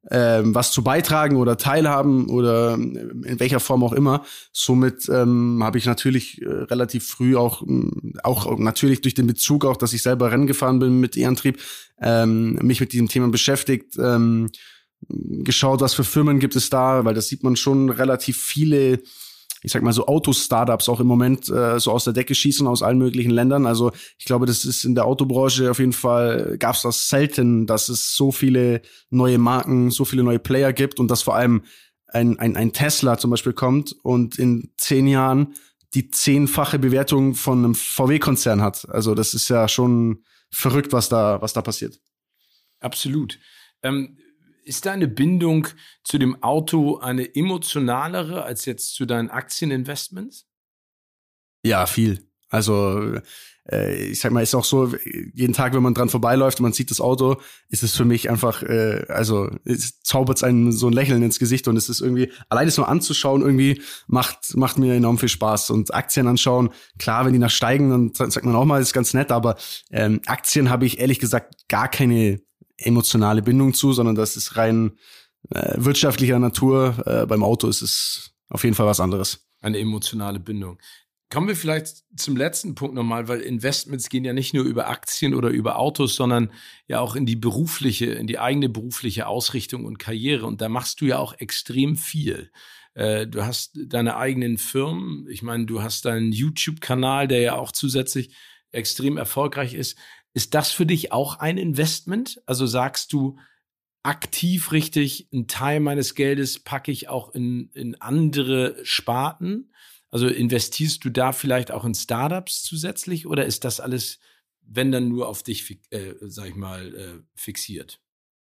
ähm, was zu beitragen oder teilhaben oder in welcher Form auch immer. Somit ähm, habe ich natürlich äh, relativ früh auch, auch natürlich durch den Bezug auch, dass ich selber Rennen gefahren bin mit E-Antrieb, ähm, mich mit diesem Thema beschäftigt, ähm, geschaut, was für Firmen gibt es da, weil das sieht man schon relativ viele, ich sag mal so Auto-Startups auch im Moment äh, so aus der Decke schießen aus allen möglichen Ländern. Also ich glaube, das ist in der Autobranche auf jeden Fall, gab es das selten, dass es so viele neue Marken, so viele neue Player gibt und dass vor allem ein, ein, ein Tesla zum Beispiel kommt und in zehn Jahren die zehnfache Bewertung von einem V W-Konzern hat. Also das ist ja schon verrückt, was da, was da passiert. Absolut. Ähm Ist deine Bindung zu dem Auto eine emotionalere als jetzt zu deinen Aktieninvestments? Ja, viel. Also äh, ich sag mal, ist auch so, jeden Tag, wenn man dran vorbeiläuft und man sieht das Auto, ist es für mich einfach, äh, also es zaubert einem so ein Lächeln ins Gesicht und es ist irgendwie, allein es nur anzuschauen irgendwie, macht macht mir enorm viel Spaß. Und Aktien anschauen, klar, wenn die nach steigen, dann sagt man auch mal, das ist ganz nett, aber ähm, Aktien habe ich ehrlich gesagt gar keine emotionale Bindung zu, sondern das ist rein äh, wirtschaftlicher Natur. Äh, beim Auto ist es auf jeden Fall was anderes. Eine emotionale Bindung. Kommen wir vielleicht zum letzten Punkt nochmal, weil Investments gehen ja nicht nur über Aktien oder über Autos, sondern ja auch in die berufliche, in die eigene berufliche Ausrichtung und Karriere. Und da machst du ja auch extrem viel. Äh, du hast deine eigenen Firmen. Ich meine, du hast deinen YouTube-Kanal, der ja auch zusätzlich extrem erfolgreich ist. Ist das für dich auch ein Investment? Also sagst du aktiv richtig, einen Teil meines Geldes packe ich auch in, in andere Sparten? Also investierst du da vielleicht auch in Startups zusätzlich oder ist das alles, wenn dann nur auf dich, äh, sag ich mal, äh, fixiert?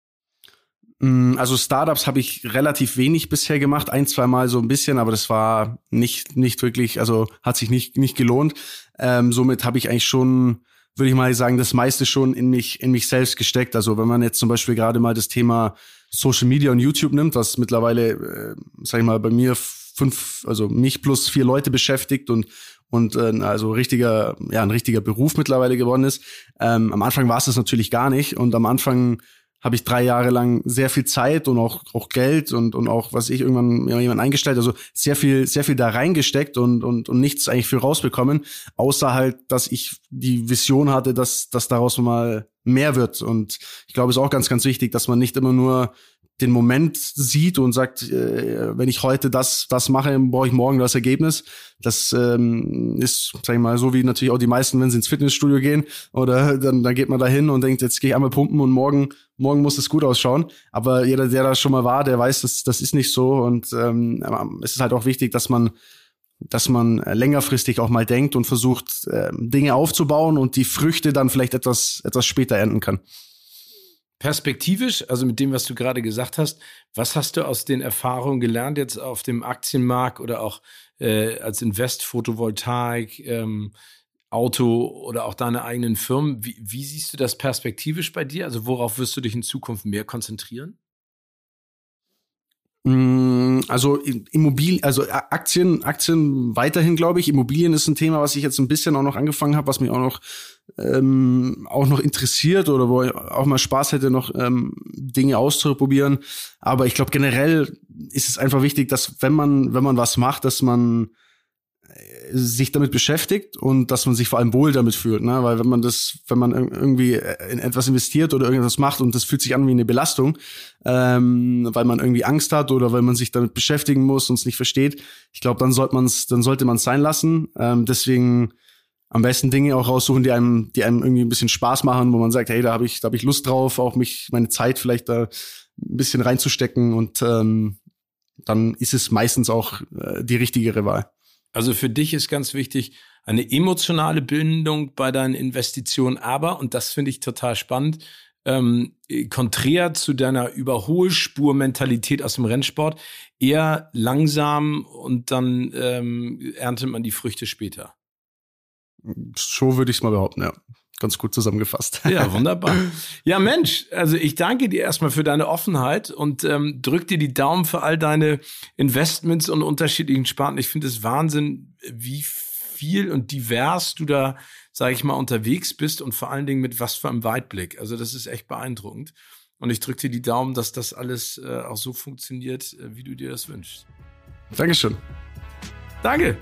Also Startups habe ich relativ wenig bisher gemacht, ein, zwei Mal so ein bisschen, aber das war nicht nicht wirklich, also hat sich nicht nicht gelohnt. Ähm, somit habe ich eigentlich schon, würde ich mal sagen, das meiste schon in mich in mich selbst gesteckt. Also wenn man jetzt zum Beispiel gerade mal das Thema Social Media und YouTube nimmt, was mittlerweile, äh, sag ich mal, bei mir fünf, also mich plus vier Leute beschäftigt und und äh, also richtiger, ja, ein richtiger Beruf mittlerweile geworden ist. Ähm, am Anfang war es das natürlich gar nicht und am Anfang habe ich drei Jahre lang sehr viel Zeit und auch auch Geld und und auch, was ich irgendwann mir jemand eingestellt, also sehr viel sehr viel da reingesteckt und und und nichts eigentlich für rausbekommen, außer halt, dass ich die Vision hatte, dass dass daraus mal mehr wird. Und ich glaube, es ist auch ganz ganz wichtig, dass man nicht immer nur den Moment sieht und sagt, äh, wenn ich heute das das mache, brauche ich morgen das Ergebnis. Das ähm, ist, sag ich mal, so wie natürlich auch die meisten, wenn sie ins Fitnessstudio gehen oder dann dann geht man da hin und denkt, jetzt gehe ich einmal pumpen und morgen morgen muss es gut ausschauen. Aber jeder, der da schon mal war, der weiß, dass das ist nicht so. Und ähm, es ist halt auch wichtig, dass man dass man längerfristig auch mal denkt und versucht, äh, Dinge aufzubauen und die Früchte dann vielleicht etwas etwas später ernten kann. Perspektivisch, also mit dem, was du gerade gesagt hast, was hast du aus den Erfahrungen gelernt jetzt auf dem Aktienmarkt oder auch äh, als Invest, Photovoltaik, ähm, Auto oder auch deine eigenen Firmen? Wie, wie siehst du das perspektivisch bei dir? Also worauf wirst du dich in Zukunft mehr konzentrieren? Also Immobilien, also Aktien, Aktien weiterhin, glaube ich. Immobilien ist ein Thema, was ich jetzt ein bisschen auch noch angefangen habe, was mich auch noch ähm, auch noch interessiert oder wo ich auch mal Spaß hätte, noch ähm, Dinge auszuprobieren. Aber ich glaube, generell ist es einfach wichtig, dass wenn man wenn man was macht, dass man sich damit beschäftigt und dass man sich vor allem wohl damit fühlt, ne? Weil wenn man das, wenn man irgendwie in etwas investiert oder irgendwas macht und das fühlt sich an wie eine Belastung, ähm, weil man irgendwie Angst hat oder weil man sich damit beschäftigen muss und es nicht versteht, ich glaube, dann sollte man es, dann sollte man es sein lassen. Ähm, deswegen am besten Dinge auch raussuchen, die einem, die einem irgendwie ein bisschen Spaß machen, wo man sagt, hey, da habe ich, da habe ich Lust drauf, auch mich, meine Zeit vielleicht da ein bisschen reinzustecken und ähm, dann ist es meistens auch äh, die richtigere Wahl. Also für dich ist ganz wichtig, eine emotionale Bindung bei deinen Investitionen, aber, und das finde ich total spannend, ähm, konträr zu deiner Überholspur-Mentalität aus dem Rennsport, eher langsam und dann ähm, erntet man die Früchte später. So würde ich es mal behaupten, ja. Ganz gut zusammengefasst. Ja, wunderbar. Ja, Mensch, also ich danke dir erstmal für deine Offenheit und ähm, drück dir die Daumen für all deine Investments und unterschiedlichen Sparten. Ich finde es Wahnsinn, wie viel und divers du da, sage ich mal, unterwegs bist und vor allen Dingen mit was für einem Weitblick. Also das ist echt beeindruckend. Und ich drücke dir die Daumen, dass das alles äh, auch so funktioniert, äh, wie du dir das wünschst. Dankeschön. Danke.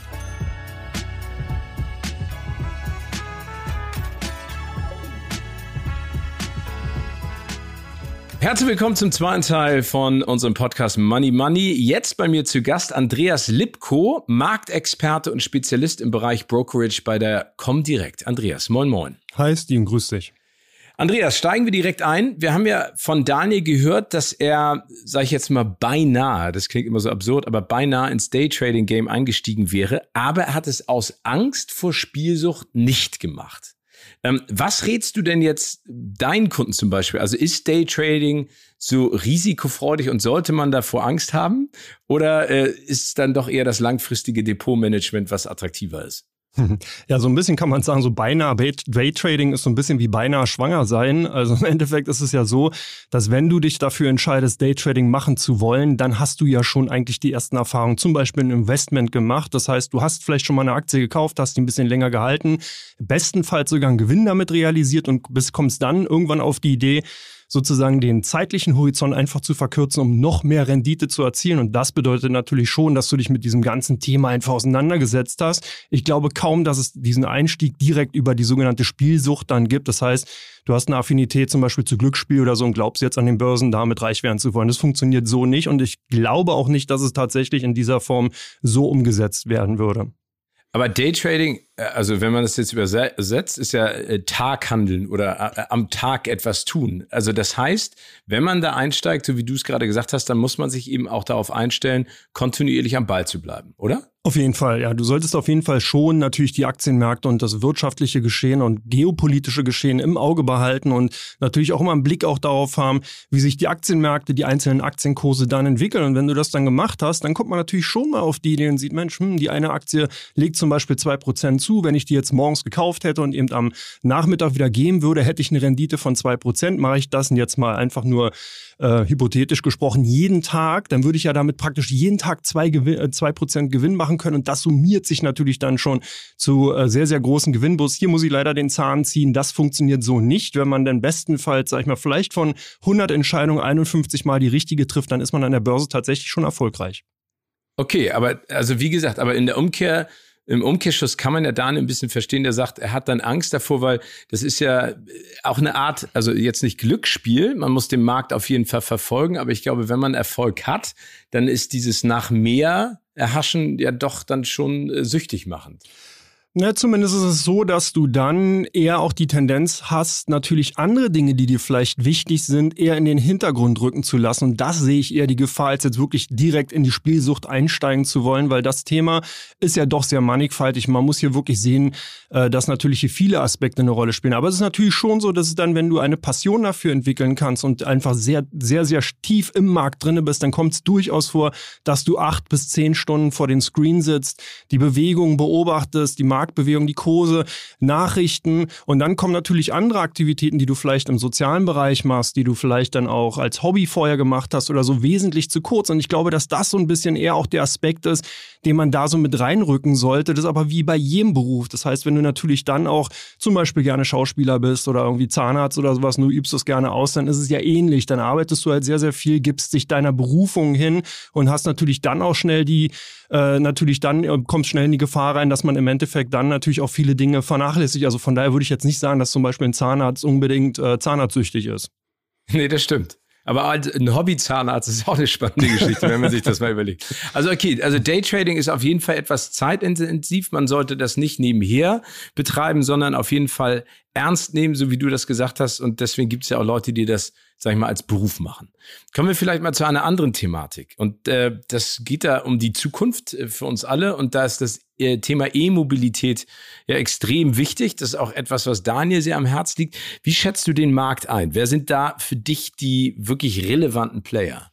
Herzlich willkommen zum zweiten Teil von unserem Podcast Money Money. Jetzt bei mir zu Gast Andreas Lipko, Marktexperte und Spezialist im Bereich Brokerage bei der Comdirect. Andreas, moin moin. Hi Steven, grüß dich. Andreas, steigen wir direkt ein. Wir haben ja von Daniel gehört, dass er, sage ich jetzt mal beinahe, das klingt immer so absurd, aber beinahe ins Daytrading-Game eingestiegen wäre. Aber er hat es aus Angst vor Spielsucht nicht gemacht. Ähm, was rätst du denn jetzt deinen Kunden zum Beispiel? Also ist Daytrading so risikofreudig und sollte man davor Angst haben? Oder äh, ist dann doch eher das langfristige Depotmanagement, was attraktiver ist? Ja, so ein bisschen kann man sagen, so beinahe Daytrading ist so ein bisschen wie beinahe schwanger sein. Also im Endeffekt ist es ja so, dass wenn du dich dafür entscheidest, Daytrading machen zu wollen, dann hast du ja schon eigentlich die ersten Erfahrungen, zum Beispiel ein Investment gemacht. Das heißt, du hast vielleicht schon mal eine Aktie gekauft, hast die ein bisschen länger gehalten, bestenfalls sogar einen Gewinn damit realisiert und bis kommst dann irgendwann auf die Idee, sozusagen den zeitlichen Horizont einfach zu verkürzen, um noch mehr Rendite zu erzielen. Und das bedeutet natürlich schon, dass du dich mit diesem ganzen Thema einfach auseinandergesetzt hast. Ich glaube kaum, dass es diesen Einstieg direkt über die sogenannte Spielsucht dann gibt. Das heißt, du hast eine Affinität zum Beispiel zu Glücksspiel oder so und glaubst jetzt an den Börsen damit reich werden zu wollen. Das funktioniert so nicht und ich glaube auch nicht, dass es tatsächlich in dieser Form so umgesetzt werden würde. Aber Daytrading, also wenn man das jetzt übersetzt, ist ja äh, Taghandeln oder äh, am Tag etwas tun. Also das heißt, wenn man da einsteigt, so wie du es gerade gesagt hast, dann muss man sich eben auch darauf einstellen, kontinuierlich am Ball zu bleiben, oder? Auf jeden Fall, ja. Du solltest auf jeden Fall schon natürlich die Aktienmärkte und das wirtschaftliche Geschehen und geopolitische Geschehen im Auge behalten und natürlich auch immer einen Blick auch darauf haben, wie sich die Aktienmärkte, die einzelnen Aktienkurse dann entwickeln. Und wenn du das dann gemacht hast, dann kommt man natürlich schon mal auf die Idee und sieht, Mensch, hm, die eine Aktie legt zum Beispiel zwei Prozent zu. Wenn ich die jetzt morgens gekauft hätte und eben am Nachmittag wieder geben würde, hätte ich eine Rendite von zwei Prozent. Mache ich das jetzt mal einfach nur äh, hypothetisch gesprochen jeden Tag, dann würde ich ja damit praktisch jeden Tag zwei Prozent Gewinn machen können und das summiert sich natürlich dann schon zu äh, sehr, sehr großen Gewinnbus. Hier muss ich leider den Zahn ziehen, das funktioniert so nicht. Wenn man dann bestenfalls, sag ich mal, vielleicht von hundert Entscheidungen einundfünfzig Mal die richtige trifft, dann ist man an der Börse tatsächlich schon erfolgreich. Okay, aber also wie gesagt, aber in der Umkehr, im Umkehrschluss kann man ja Daniel ein bisschen verstehen, der sagt, er hat dann Angst davor, weil das ist ja auch eine Art, also jetzt nicht Glücksspiel, man muss den Markt auf jeden Fall verfolgen, aber ich glaube, wenn man Erfolg hat, dann ist dieses nach mehr Erhaschen ja doch dann schon äh, süchtig machend. Na, zumindest ist es so, dass du dann eher auch die Tendenz hast, natürlich andere Dinge, die dir vielleicht wichtig sind, eher in den Hintergrund rücken zu lassen. Und das sehe ich eher die Gefahr, als jetzt wirklich direkt in die Spielsucht einsteigen zu wollen, weil das Thema ist ja doch sehr mannigfaltig. Man muss hier wirklich sehen, dass natürlich hier viele Aspekte eine Rolle spielen. Aber es ist natürlich schon so, dass es dann, wenn du eine Passion dafür entwickeln kannst und einfach sehr, sehr, sehr tief im Markt drinne bist, dann kommt es durchaus vor, dass du acht bis zehn Stunden vor den Screen sitzt, die Bewegungen beobachtest, die Marktbewegung, die Kurse, Nachrichten und dann kommen natürlich andere Aktivitäten, die du vielleicht im sozialen Bereich machst, die du vielleicht dann auch als Hobby vorher gemacht hast oder so wesentlich zu kurz. Und ich glaube, dass das so ein bisschen eher auch der Aspekt ist, den man da so mit reinrücken sollte. Das ist aber wie bei jedem Beruf. Das heißt, wenn du natürlich dann auch zum Beispiel gerne Schauspieler bist oder irgendwie Zahnarzt oder sowas, nur übst es gerne aus, dann ist es ja ähnlich. Dann arbeitest du halt sehr, sehr viel, gibst dich deiner Berufung hin und hast natürlich dann auch schnell die, äh, natürlich dann äh, kommst schnell in die Gefahr rein, dass man im Endeffekt dann natürlich auch viele Dinge vernachlässigt. Also von daher würde ich jetzt nicht sagen, dass zum Beispiel ein Zahnarzt unbedingt äh, zahnarztsüchtig ist. Nee, das stimmt. Aber ein Hobby-Zahnarzt ist auch eine spannende Geschichte, wenn man sich das mal überlegt. Also okay, also Daytrading ist auf jeden Fall etwas zeitintensiv. Man sollte das nicht nebenher betreiben, sondern auf jeden Fall ernst nehmen, so wie du das gesagt hast. Und deswegen gibt es ja auch Leute, die das, sag ich mal, als Beruf machen. Kommen wir vielleicht mal zu einer anderen Thematik. Und äh, das geht da um die Zukunft äh, für uns alle. Und da ist das äh, Thema E-Mobilität ja extrem wichtig. Das ist auch etwas, was Daniel sehr am Herz liegt. Wie schätzt du den Markt ein? Wer sind da für dich die wirklich relevanten Player?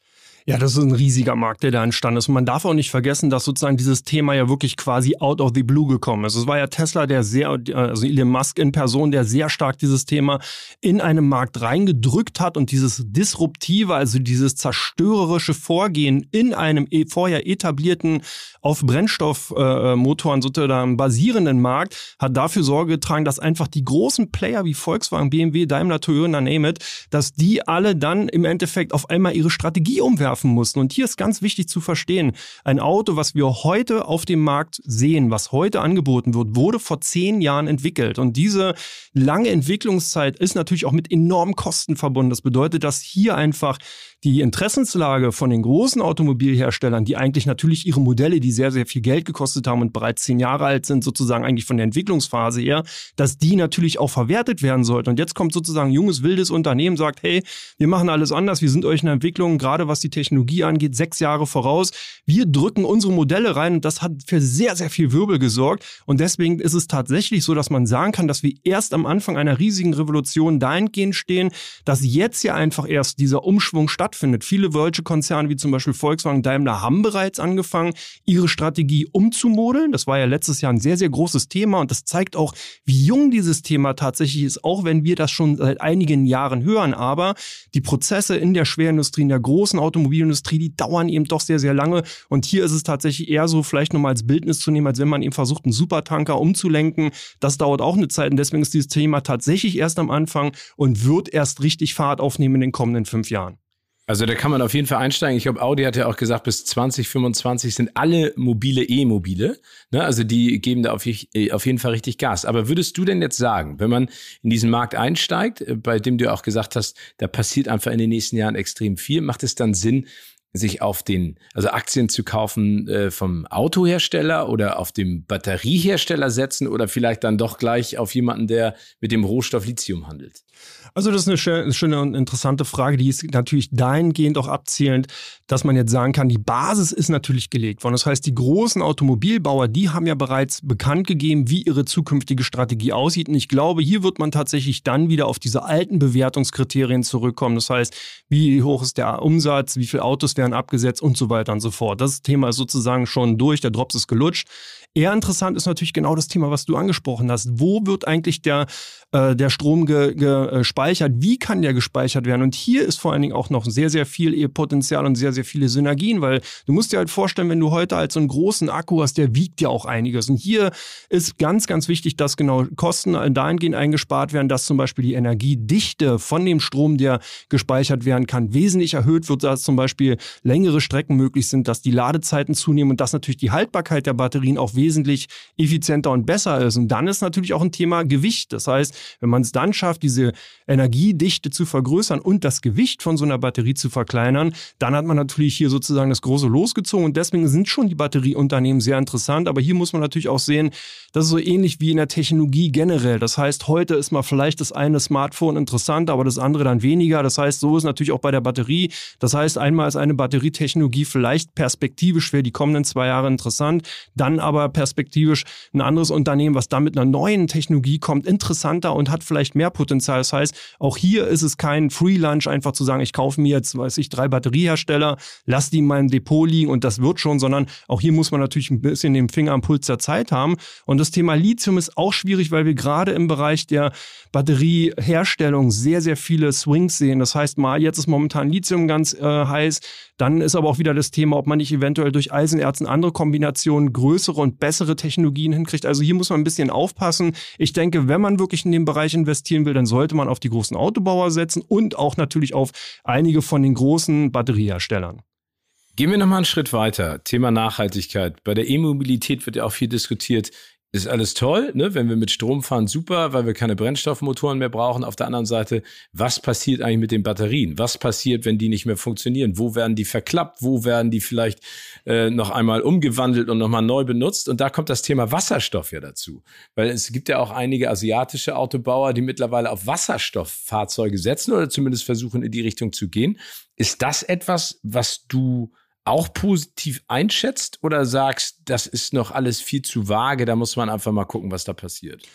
Ja, das ist ein riesiger Markt, der da entstanden ist. Und man darf auch nicht vergessen, dass sozusagen dieses Thema ja wirklich quasi out of the blue gekommen ist. Es war ja Tesla, der sehr, also Elon Musk in Person, der sehr stark dieses Thema in einen Markt reingedrückt hat und dieses disruptive, also dieses zerstörerische Vorgehen in einem vorher etablierten, auf Brennstoffmotoren sozusagen basierenden Markt, hat dafür Sorge getragen, dass einfach die großen Player wie Volkswagen, B M W, Daimler, Toyota, name it, dass die alle dann im Endeffekt auf einmal ihre Strategie umwerfen mussten. Und hier ist ganz wichtig zu verstehen, ein Auto, was wir heute auf dem Markt sehen, was heute angeboten wird, wurde vor zehn Jahren entwickelt. Und diese lange Entwicklungszeit ist natürlich auch mit enormen Kosten verbunden. Das bedeutet, dass hier einfach die Interessenslage von den großen Automobilherstellern, die eigentlich natürlich ihre Modelle, die sehr, sehr viel Geld gekostet haben und bereits zehn Jahre alt sind, sozusagen eigentlich von der Entwicklungsphase her, dass die natürlich auch verwertet werden sollten. Und jetzt kommt sozusagen ein junges, wildes Unternehmen, sagt, hey, wir machen alles anders, wir sind euch in der Entwicklung, gerade was die Technologie angeht, sechs Jahre voraus. Wir drücken unsere Modelle rein und das hat für sehr, sehr viel Wirbel gesorgt. Und deswegen ist es tatsächlich so, dass man sagen kann, dass wir erst am Anfang einer riesigen Revolution dahingehend stehen, dass jetzt ja einfach erst dieser Umschwung stattfindet. Viele deutsche Konzerne wie zum Beispiel Volkswagen, Daimler haben bereits angefangen, ihre Strategie umzumodeln. Das war ja letztes Jahr ein sehr, sehr großes Thema und das zeigt auch, wie jung dieses Thema tatsächlich ist, auch wenn wir das schon seit einigen Jahren hören. Aber die Prozesse in der Schwerindustrie, in der großen Automobilindustrie, die dauern eben doch sehr, sehr lange. Und hier ist es tatsächlich eher so, vielleicht nochmal als Bildnis zu nehmen, als wenn man eben versucht, einen Supertanker umzulenken. Das dauert auch eine Zeit und deswegen ist dieses Thema tatsächlich erst am Anfang und wird erst richtig Fahrt aufnehmen in den kommenden fünf Jahren. Also da kann man auf jeden Fall einsteigen. Ich glaube, Audi hat ja auch gesagt, bis zwanzig fünfundzwanzig sind alle mobile E-Mobile. Ne? Also die geben da auf, auf jeden Fall richtig Gas. Aber würdest du denn jetzt sagen, wenn man in diesen Markt einsteigt, bei dem du auch gesagt hast, da passiert einfach in den nächsten Jahren extrem viel, macht es dann Sinn, sich auf den, also Aktien zu kaufen äh, vom Autohersteller oder auf dem Batteriehersteller setzen oder vielleicht dann doch gleich auf jemanden, der mit dem Rohstoff Lithium handelt? Also das ist eine schöne und interessante Frage, die ist natürlich dahingehend auch abzielend, dass man jetzt sagen kann, die Basis ist natürlich gelegt worden. Das heißt, die großen Automobilbauer, die haben ja bereits bekannt gegeben, wie ihre zukünftige Strategie aussieht. Und ich glaube, hier wird man tatsächlich dann wieder auf diese alten Bewertungskriterien zurückkommen. Das heißt, wie hoch ist der Umsatz, wie viele Autos werden abgesetzt und so weiter und so fort. Das Thema ist sozusagen schon durch, der Drops ist gelutscht. Eher interessant ist natürlich genau das Thema, was du angesprochen hast. Wo wird eigentlich der, äh, der Strom ge, gespeichert? Wie kann der gespeichert werden? Und hier ist vor allen Dingen auch noch sehr, sehr viel Potenzial und sehr, sehr viele Synergien, weil du musst dir halt vorstellen, wenn du heute halt so einen großen Akku hast, der wiegt ja auch einiges. Und hier ist ganz, ganz wichtig, dass genau Kosten dahingehend eingespart werden, dass zum Beispiel die Energiedichte von dem Strom, der gespeichert werden kann, wesentlich erhöht wird, dass zum Beispiel längere Strecken möglich sind, dass die Ladezeiten zunehmen und dass natürlich die Haltbarkeit der Batterien auch wesentlich effizienter und besser ist. Und dann ist natürlich auch ein Thema Gewicht. Das heißt, wenn man es dann schafft, diese Energiedichte zu vergrößern und das Gewicht von so einer Batterie zu verkleinern, dann hat man natürlich hier sozusagen das große Los gezogen und deswegen sind schon die Batterieunternehmen sehr interessant. Aber hier muss man natürlich auch sehen, das ist so ähnlich wie in der Technologie generell. Das heißt, heute ist mal vielleicht das eine Smartphone interessant, aber das andere dann weniger. Das heißt, so ist natürlich auch bei der Batterie. Das heißt, einmal ist eine Batterietechnologie vielleicht perspektivisch für die kommenden zwei Jahre interessant, dann aber perspektivisch ein anderes Unternehmen, was dann mit einer neuen Technologie kommt, interessanter und hat vielleicht mehr Potenzial. Das heißt, auch hier ist es kein Free-Lunch, einfach zu sagen, ich kaufe mir jetzt, weiß ich, drei Batteriehersteller, lass die in meinem Depot liegen und das wird schon, sondern auch hier muss man natürlich ein bisschen den Finger am Puls der Zeit haben. Und das Thema Lithium ist auch schwierig, weil wir gerade im Bereich der Batterieherstellung sehr, sehr viele Swings sehen. Das heißt, mal jetzt ist momentan Lithium ganz äh, heiß, dann ist aber auch wieder das Thema, ob man nicht eventuell durch Eisenerz und andere Kombinationen größere und bessere Technologien hinkriegt. Also hier muss man ein bisschen aufpassen. Ich denke, wenn man wirklich in den Bereich investieren will, dann sollte man auf die großen Autobauer setzen und auch natürlich auf einige von den großen Batterieherstellern. Gehen wir nochmal einen Schritt weiter. Thema Nachhaltigkeit. Bei der E-Mobilität wird ja auch viel diskutiert. Ist alles toll, ne? Wenn wir mit Strom fahren, super, weil wir keine Brennstoffmotoren mehr brauchen. Auf der anderen Seite, was passiert eigentlich mit den Batterien? Was passiert, wenn die nicht mehr funktionieren? Wo werden die verklappt? Wo werden die vielleicht äh, noch einmal umgewandelt und nochmal neu benutzt? Und da kommt das Thema Wasserstoff ja dazu. Weil es gibt ja auch einige asiatische Autobauer, die mittlerweile auf Wasserstofffahrzeuge setzen oder zumindest versuchen, in die Richtung zu gehen. Ist das etwas, was du auch positiv einschätzt oder sagst, das ist noch alles viel zu vage, da muss man einfach mal gucken, was da passiert?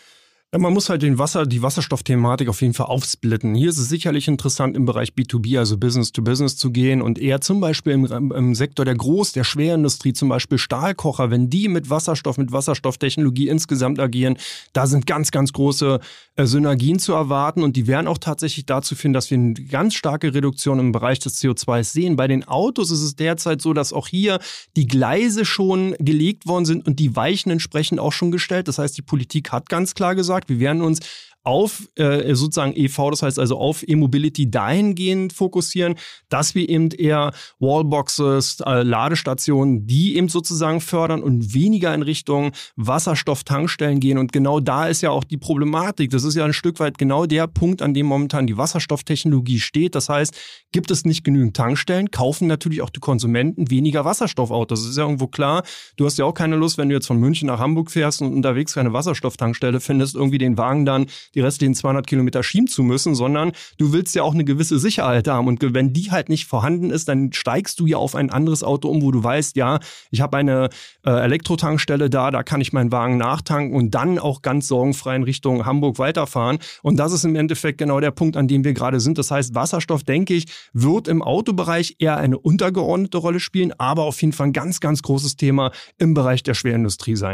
Ja, man muss halt den Wasser, die Wasserstoffthematik auf jeden Fall aufsplitten. Hier ist es sicherlich interessant, im Bereich B zwei B, also Business to Business zu gehen und eher zum Beispiel im, im Sektor der Groß-, der Schwerindustrie, zum Beispiel Stahlkocher, wenn die mit Wasserstoff, mit Wasserstofftechnologie insgesamt agieren, da sind ganz, ganz große äh, Synergien zu erwarten und die werden auch tatsächlich dazu führen, dass wir eine ganz starke Reduktion im Bereich des C O zwei sehen. Bei den Autos ist es derzeit so, dass auch hier die Gleise schon gelegt worden sind und die Weichen entsprechend auch schon gestellt. Das heißt, die Politik hat ganz klar gesagt, wir werden uns auf äh, sozusagen E V, das heißt also auf E-Mobility dahingehend fokussieren, dass wir eben eher Wallboxes, äh, Ladestationen, die eben sozusagen fördern und weniger in Richtung Wasserstofftankstellen gehen. Und genau da ist ja auch die Problematik. Das ist ja ein Stück weit genau der Punkt, an dem momentan die Wasserstofftechnologie steht. Das heißt, gibt es nicht genügend Tankstellen, kaufen natürlich auch die Konsumenten weniger Wasserstoffautos. Das ist ja irgendwo klar. Du hast ja auch keine Lust, wenn du jetzt von München nach Hamburg fährst und unterwegs keine Wasserstofftankstelle findest, irgendwie den Wagen dann die restlichen zweihundert Kilometer schieben zu müssen, sondern du willst ja auch eine gewisse Sicherheit haben. Und wenn die halt nicht vorhanden ist, dann steigst du ja auf ein anderes Auto um, wo du weißt, ja, ich habe eine äh, Elektrotankstelle da, da kann ich meinen Wagen nachtanken und dann auch ganz sorgenfrei in Richtung Hamburg weiterfahren. Und das ist im Endeffekt genau der Punkt, an dem wir gerade sind. Das heißt, Wasserstoff, denke ich, wird im Autobereich eher eine untergeordnete Rolle spielen, aber auf jeden Fall ein ganz, ganz großes Thema im Bereich der Schwerindustrie sein.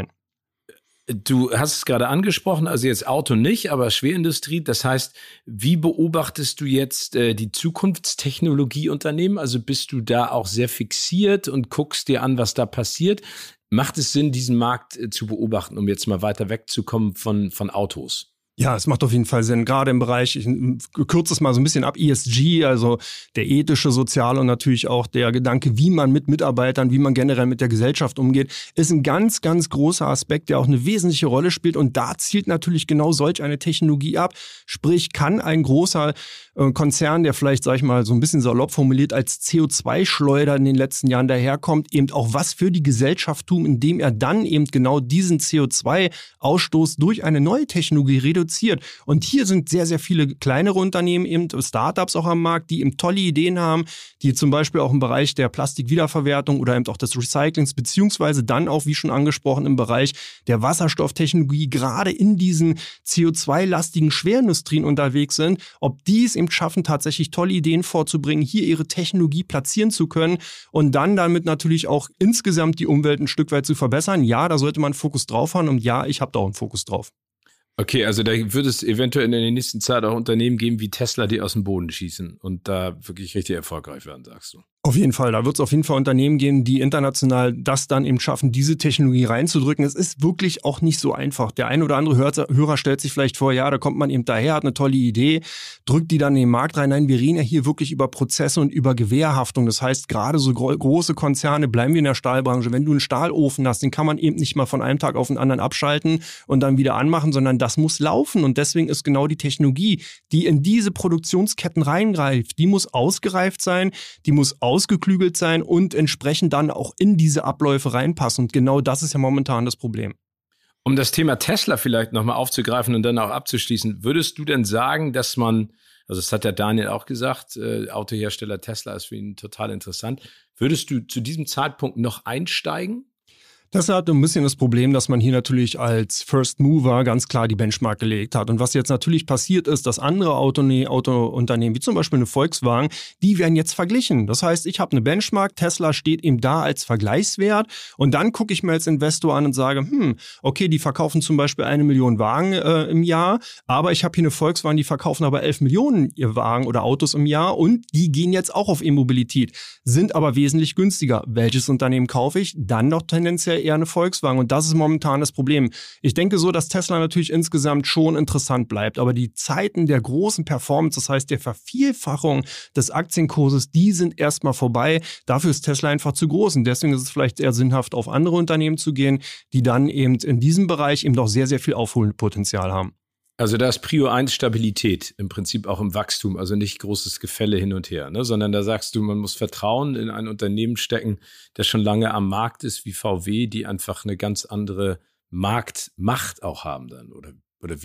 Du hast es gerade angesprochen, also jetzt Auto nicht, aber Schwerindustrie. Das heißt, wie beobachtest du jetzt äh, die Zukunftstechnologieunternehmen? Also bist du da auch sehr fixiert und guckst dir an, was da passiert? Macht es Sinn, diesen Markt äh, zu beobachten, um jetzt mal weiter wegzukommen von, von Autos? Ja, es macht auf jeden Fall Sinn, gerade im Bereich, ich kürze es mal so ein bisschen ab, E S G, also der ethische, soziale und natürlich auch der Gedanke, wie man mit Mitarbeitern, wie man generell mit der Gesellschaft umgeht, ist ein ganz, ganz großer Aspekt, der auch eine wesentliche Rolle spielt und da zielt natürlich genau solch eine Technologie ab. Sprich, kann ein großer äh, Konzern, der vielleicht, sag ich mal, so ein bisschen salopp formuliert, als C O zwei Schleuder in den letzten Jahren daherkommt, eben auch was für die Gesellschaft tun, indem er dann eben genau diesen C O zwei Ausstoß durch eine neue Technologie reduziert. Und hier sind sehr, sehr viele kleinere Unternehmen, eben Startups auch am Markt, die eben tolle Ideen haben, die zum Beispiel auch im Bereich der Plastikwiederverwertung oder eben auch des Recyclings, beziehungsweise dann auch, wie schon angesprochen, im Bereich der Wasserstofftechnologie gerade in diesen C O zwei lastigen Schwerindustrien unterwegs sind, ob die es eben schaffen, tatsächlich tolle Ideen vorzubringen, hier ihre Technologie platzieren zu können und dann damit natürlich auch insgesamt die Umwelt ein Stück weit zu verbessern. Ja, da sollte man einen Fokus drauf haben und ja, ich habe da auch einen Fokus drauf. Okay, also da wird es eventuell in der nächsten Zeit auch Unternehmen geben wie Tesla, die aus dem Boden schießen und da wirklich richtig erfolgreich werden, sagst du. Auf jeden Fall, da wird es auf jeden Fall Unternehmen geben, die international das dann eben schaffen, diese Technologie reinzudrücken. Es ist wirklich auch nicht so einfach. Der ein oder andere Hörer stellt sich vielleicht vor, ja, da kommt man eben daher, hat eine tolle Idee, drückt die dann in den Markt rein. Nein, wir reden ja hier wirklich über Prozesse und über Gewährhaftung. Das heißt, gerade so gro- große Konzerne, bleiben wir in der Stahlbranche, wenn du einen Stahlofen hast, den kann man eben nicht mal von einem Tag auf den anderen abschalten und dann wieder anmachen, sondern das muss laufen. Und deswegen ist genau die Technologie, die in diese Produktionsketten reingreift, die muss ausgereift sein, die muss ausgeklügelt sein und entsprechend dann auch in diese Abläufe reinpassen. Und genau das ist ja momentan das Problem. Um das Thema Tesla vielleicht nochmal aufzugreifen und dann auch abzuschließen, würdest du denn sagen, dass man, also das hat ja Daniel auch gesagt, äh, Autohersteller Tesla ist für ihn total interessant, würdest du zu diesem Zeitpunkt noch einsteigen? Das hat ein bisschen das Problem, dass man hier natürlich als First Mover ganz klar die Benchmark gelegt hat. Und was jetzt natürlich passiert ist, dass andere Autone- Autounternehmen, wie zum Beispiel eine Volkswagen, die werden jetzt verglichen. Das heißt, ich habe eine Benchmark, Tesla steht eben da als Vergleichswert und dann gucke ich mir als Investor an und sage, hm, okay, die verkaufen zum Beispiel eine Million Wagen äh, im Jahr, aber ich habe hier eine Volkswagen, die verkaufen aber elf Millionen Wagen oder Autos im Jahr und die gehen jetzt auch auf E-Mobilität, sind aber wesentlich günstiger. Welches Unternehmen kaufe ich? Dann noch tendenziell eher eine Volkswagen und das ist momentan das Problem. Ich denke so, dass Tesla natürlich insgesamt schon interessant bleibt, aber die Zeiten der großen Performance, das heißt der Vervielfachung des Aktienkurses, die sind erstmal vorbei. Dafür ist Tesla einfach zu groß und deswegen ist es vielleicht eher sinnhaft, auf andere Unternehmen zu gehen, die dann eben in diesem Bereich eben doch sehr, sehr viel Aufholpotenzial haben. Also da ist Prio eins Stabilität, im Prinzip auch im Wachstum, also nicht großes Gefälle hin und her, ne? Sondern da sagst du, man muss Vertrauen in ein Unternehmen stecken, das schon lange am Markt ist wie V W, die einfach eine ganz andere Marktmacht auch haben dann, oder, oder wie,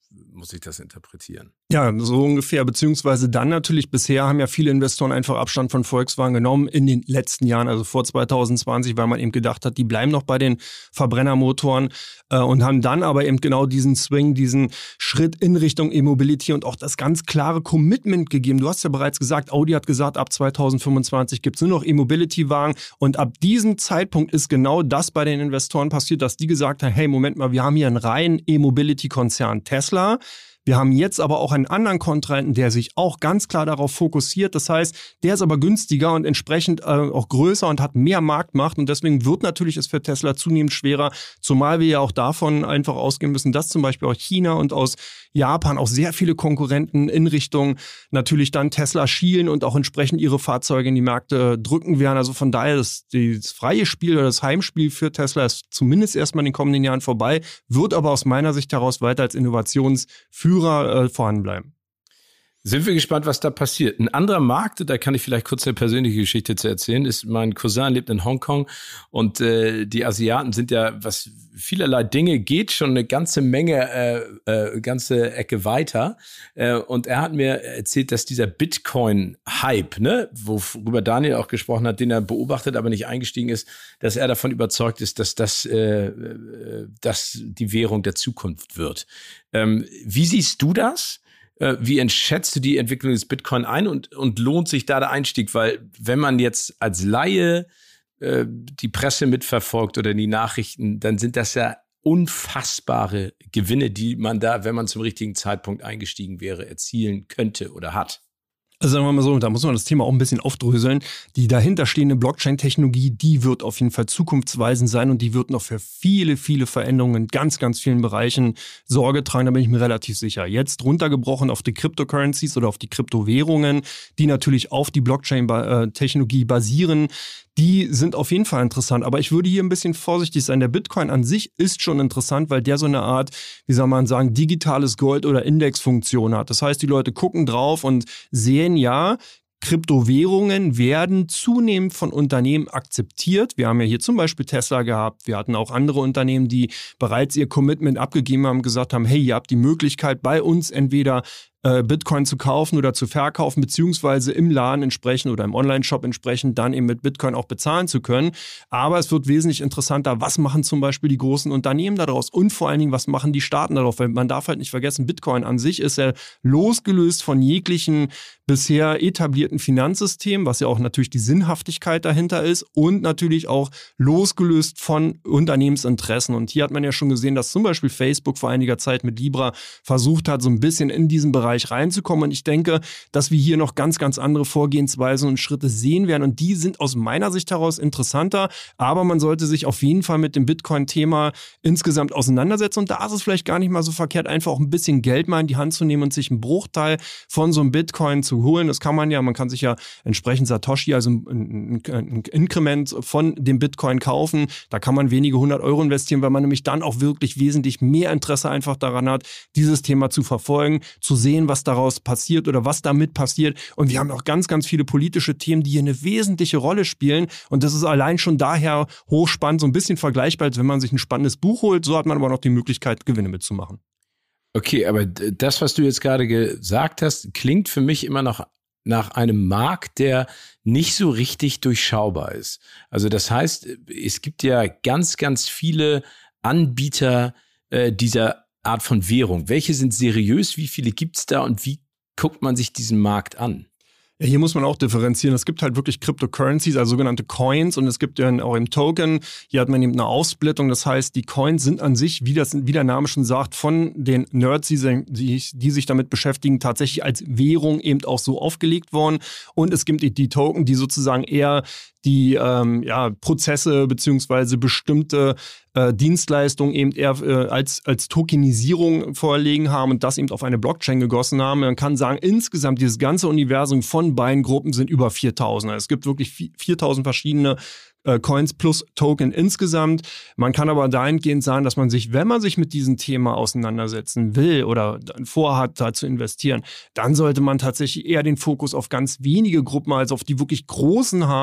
muss ich das interpretieren? Ja, so ungefähr. Beziehungsweise dann natürlich, bisher haben ja viele Investoren einfach Abstand von Volkswagen genommen in den letzten Jahren, also vor zwanzig zwanzig, weil man eben gedacht hat, die bleiben noch bei den Verbrennermotoren äh, und haben dann aber eben genau diesen Swing, diesen Schritt in Richtung E-Mobility und auch das ganz klare Commitment gegeben. Du hast ja bereits gesagt, Audi hat gesagt, ab zwanzig fünfundzwanzig gibt es nur noch E-Mobility-Wagen und ab diesem Zeitpunkt ist genau das bei den Investoren passiert, dass die gesagt haben, hey, Moment mal, wir haben hier einen reinen E-Mobility-Konzern Tesla. Wir haben jetzt aber auch einen anderen Kontrahenten, der sich auch ganz klar darauf fokussiert. Das heißt, der ist aber günstiger und entsprechend äh, auch größer und hat mehr Marktmacht. Und deswegen wird natürlich es für Tesla zunehmend schwerer, zumal wir ja auch davon einfach ausgehen müssen, dass zum Beispiel auch China und aus Japan auch sehr viele Konkurrenten in Richtung natürlich dann Tesla schielen und auch entsprechend ihre Fahrzeuge in die Märkte drücken werden. Also von daher, das, das freie Spiel oder das Heimspiel für Tesla ist zumindest erstmal in den kommenden Jahren vorbei, wird aber aus meiner Sicht heraus weiter als Innovationsführer äh, vorhanden bleiben. Sind wir gespannt, was da passiert. Ein anderer Markt, da kann ich vielleicht kurz eine persönliche Geschichte zu erzählen, ist, mein Cousin lebt in Hongkong und äh, die Asiaten sind ja, was vielerlei Dinge geht, schon eine ganze Menge, äh, äh, ganze Ecke weiter. Äh, und er hat mir erzählt, dass dieser Bitcoin-Hype, ne, worüber Daniel auch gesprochen hat, den er beobachtet, aber nicht eingestiegen ist, dass er davon überzeugt ist, dass das, äh, äh, dass die Währung der Zukunft wird. Ähm, wie siehst du das? Wie schätzt du die Entwicklung des Bitcoin ein und, und lohnt sich da der Einstieg? Weil wenn man jetzt als Laie äh, die Presse mitverfolgt oder die Nachrichten, dann sind das ja unfassbare Gewinne, die man da, wenn man zum richtigen Zeitpunkt eingestiegen wäre, erzielen könnte oder hat. Also sagen wir mal so, da muss man das Thema auch ein bisschen aufdröseln. Die dahinterstehende Blockchain-Technologie, die wird auf jeden Fall zukunftsweisend sein und die wird noch für viele, viele Veränderungen in ganz, ganz vielen Bereichen Sorge tragen, da bin ich mir relativ sicher. Jetzt runtergebrochen auf die Cryptocurrencies oder auf die Kryptowährungen, die natürlich auf die Blockchain-Technologie basieren, die sind auf jeden Fall interessant. Aber ich würde hier ein bisschen vorsichtig sein. Der Bitcoin an sich ist schon interessant, weil der so eine Art, wie soll man sagen, digitales Gold oder Indexfunktion hat. Das heißt, die Leute gucken drauf und sehen, ja, Kryptowährungen werden zunehmend von Unternehmen akzeptiert. Wir haben ja hier zum Beispiel Tesla gehabt. Wir hatten auch andere Unternehmen, die bereits ihr Commitment abgegeben haben, gesagt haben, hey, ihr habt die Möglichkeit, bei uns entweder Bitcoin zu kaufen oder zu verkaufen, beziehungsweise im Laden entsprechend oder im Online-Shop entsprechend dann eben mit Bitcoin auch bezahlen zu können. Aber es wird wesentlich interessanter, was machen zum Beispiel die großen Unternehmen daraus und vor allen Dingen, was machen die Staaten darauf? Weil man darf halt nicht vergessen, Bitcoin an sich ist ja losgelöst von jeglichen bisher etablierten Finanzsystemen, was ja auch natürlich die Sinnhaftigkeit dahinter ist und natürlich auch losgelöst von Unternehmensinteressen. Und hier hat man ja schon gesehen, dass zum Beispiel Facebook vor einiger Zeit mit Libra versucht hat, so ein bisschen in diesen Bereich reinzukommen. Und ich denke, dass wir hier noch ganz, ganz andere Vorgehensweisen und Schritte sehen werden. Und die sind aus meiner Sicht heraus interessanter. Aber man sollte sich auf jeden Fall mit dem Bitcoin-Thema insgesamt auseinandersetzen. Und da ist es vielleicht gar nicht mal so verkehrt, einfach auch ein bisschen Geld mal in die Hand zu nehmen und sich einen Bruchteil von so einem Bitcoin zu holen. Das kann man ja, man kann sich ja entsprechend Satoshi, also ein, ein, ein Inkrement von dem Bitcoin kaufen. Da kann man wenige hundert Euro investieren, weil man nämlich dann auch wirklich wesentlich mehr Interesse einfach daran hat, dieses Thema zu verfolgen, zu sehen, was daraus passiert oder was damit passiert. Und wir haben auch ganz, ganz viele politische Themen, die hier eine wesentliche Rolle spielen. Und das ist allein schon daher hochspannend, so ein bisschen vergleichbar, als wenn man sich ein spannendes Buch holt. So hat man aber noch die Möglichkeit, Gewinne mitzumachen. Okay, aber das, was du jetzt gerade gesagt hast, klingt für mich immer noch nach einem Markt, der nicht so richtig durchschaubar ist. Also das heißt, es gibt ja ganz, ganz viele Anbieter äh, dieser Art von Währung. Welche sind seriös? Wie viele gibt's da und wie guckt man sich diesen Markt an? Ja, hier muss man auch differenzieren. Es gibt halt wirklich Cryptocurrencies, also sogenannte Coins, und es gibt ja auch im Token. Hier hat man eben eine Aufsplittung. Das heißt, die Coins sind an sich, wie, das, wie der Name schon sagt, von den Nerds, die, die, die sich damit beschäftigen, tatsächlich als Währung eben auch so aufgelegt worden. Und es gibt die Token, die sozusagen eher die ähm, ja, Prozesse beziehungsweise bestimmte äh, Dienstleistungen eben eher äh, als, als Tokenisierung vorlegen haben und das eben auf eine Blockchain gegossen haben. Man kann sagen, insgesamt dieses ganze Universum von beiden Gruppen sind über viertausend. Es gibt wirklich viertausend verschiedene äh, Coins plus Token insgesamt. Man kann aber dahingehend sagen, dass man sich, wenn man sich mit diesem Thema auseinandersetzen will oder vorhat, da zu investieren, dann sollte man tatsächlich eher den Fokus auf ganz wenige Gruppen als auf die wirklich großen haben,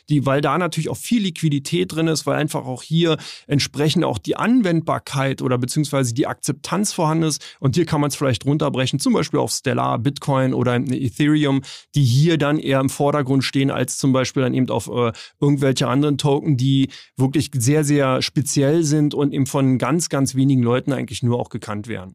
die, weil da natürlich auch viel Liquidität drin ist, weil einfach auch hier entsprechend auch die Anwendbarkeit oder beziehungsweise die Akzeptanz vorhanden ist. Und hier kann man es vielleicht runterbrechen, zum Beispiel auf Stellar, Bitcoin oder Ethereum, die hier dann eher im Vordergrund stehen, als zum Beispiel dann eben auf äh, irgendwelche anderen Token, die wirklich sehr, sehr speziell sind und eben von ganz, ganz wenigen Leuten eigentlich nur auch gekannt werden.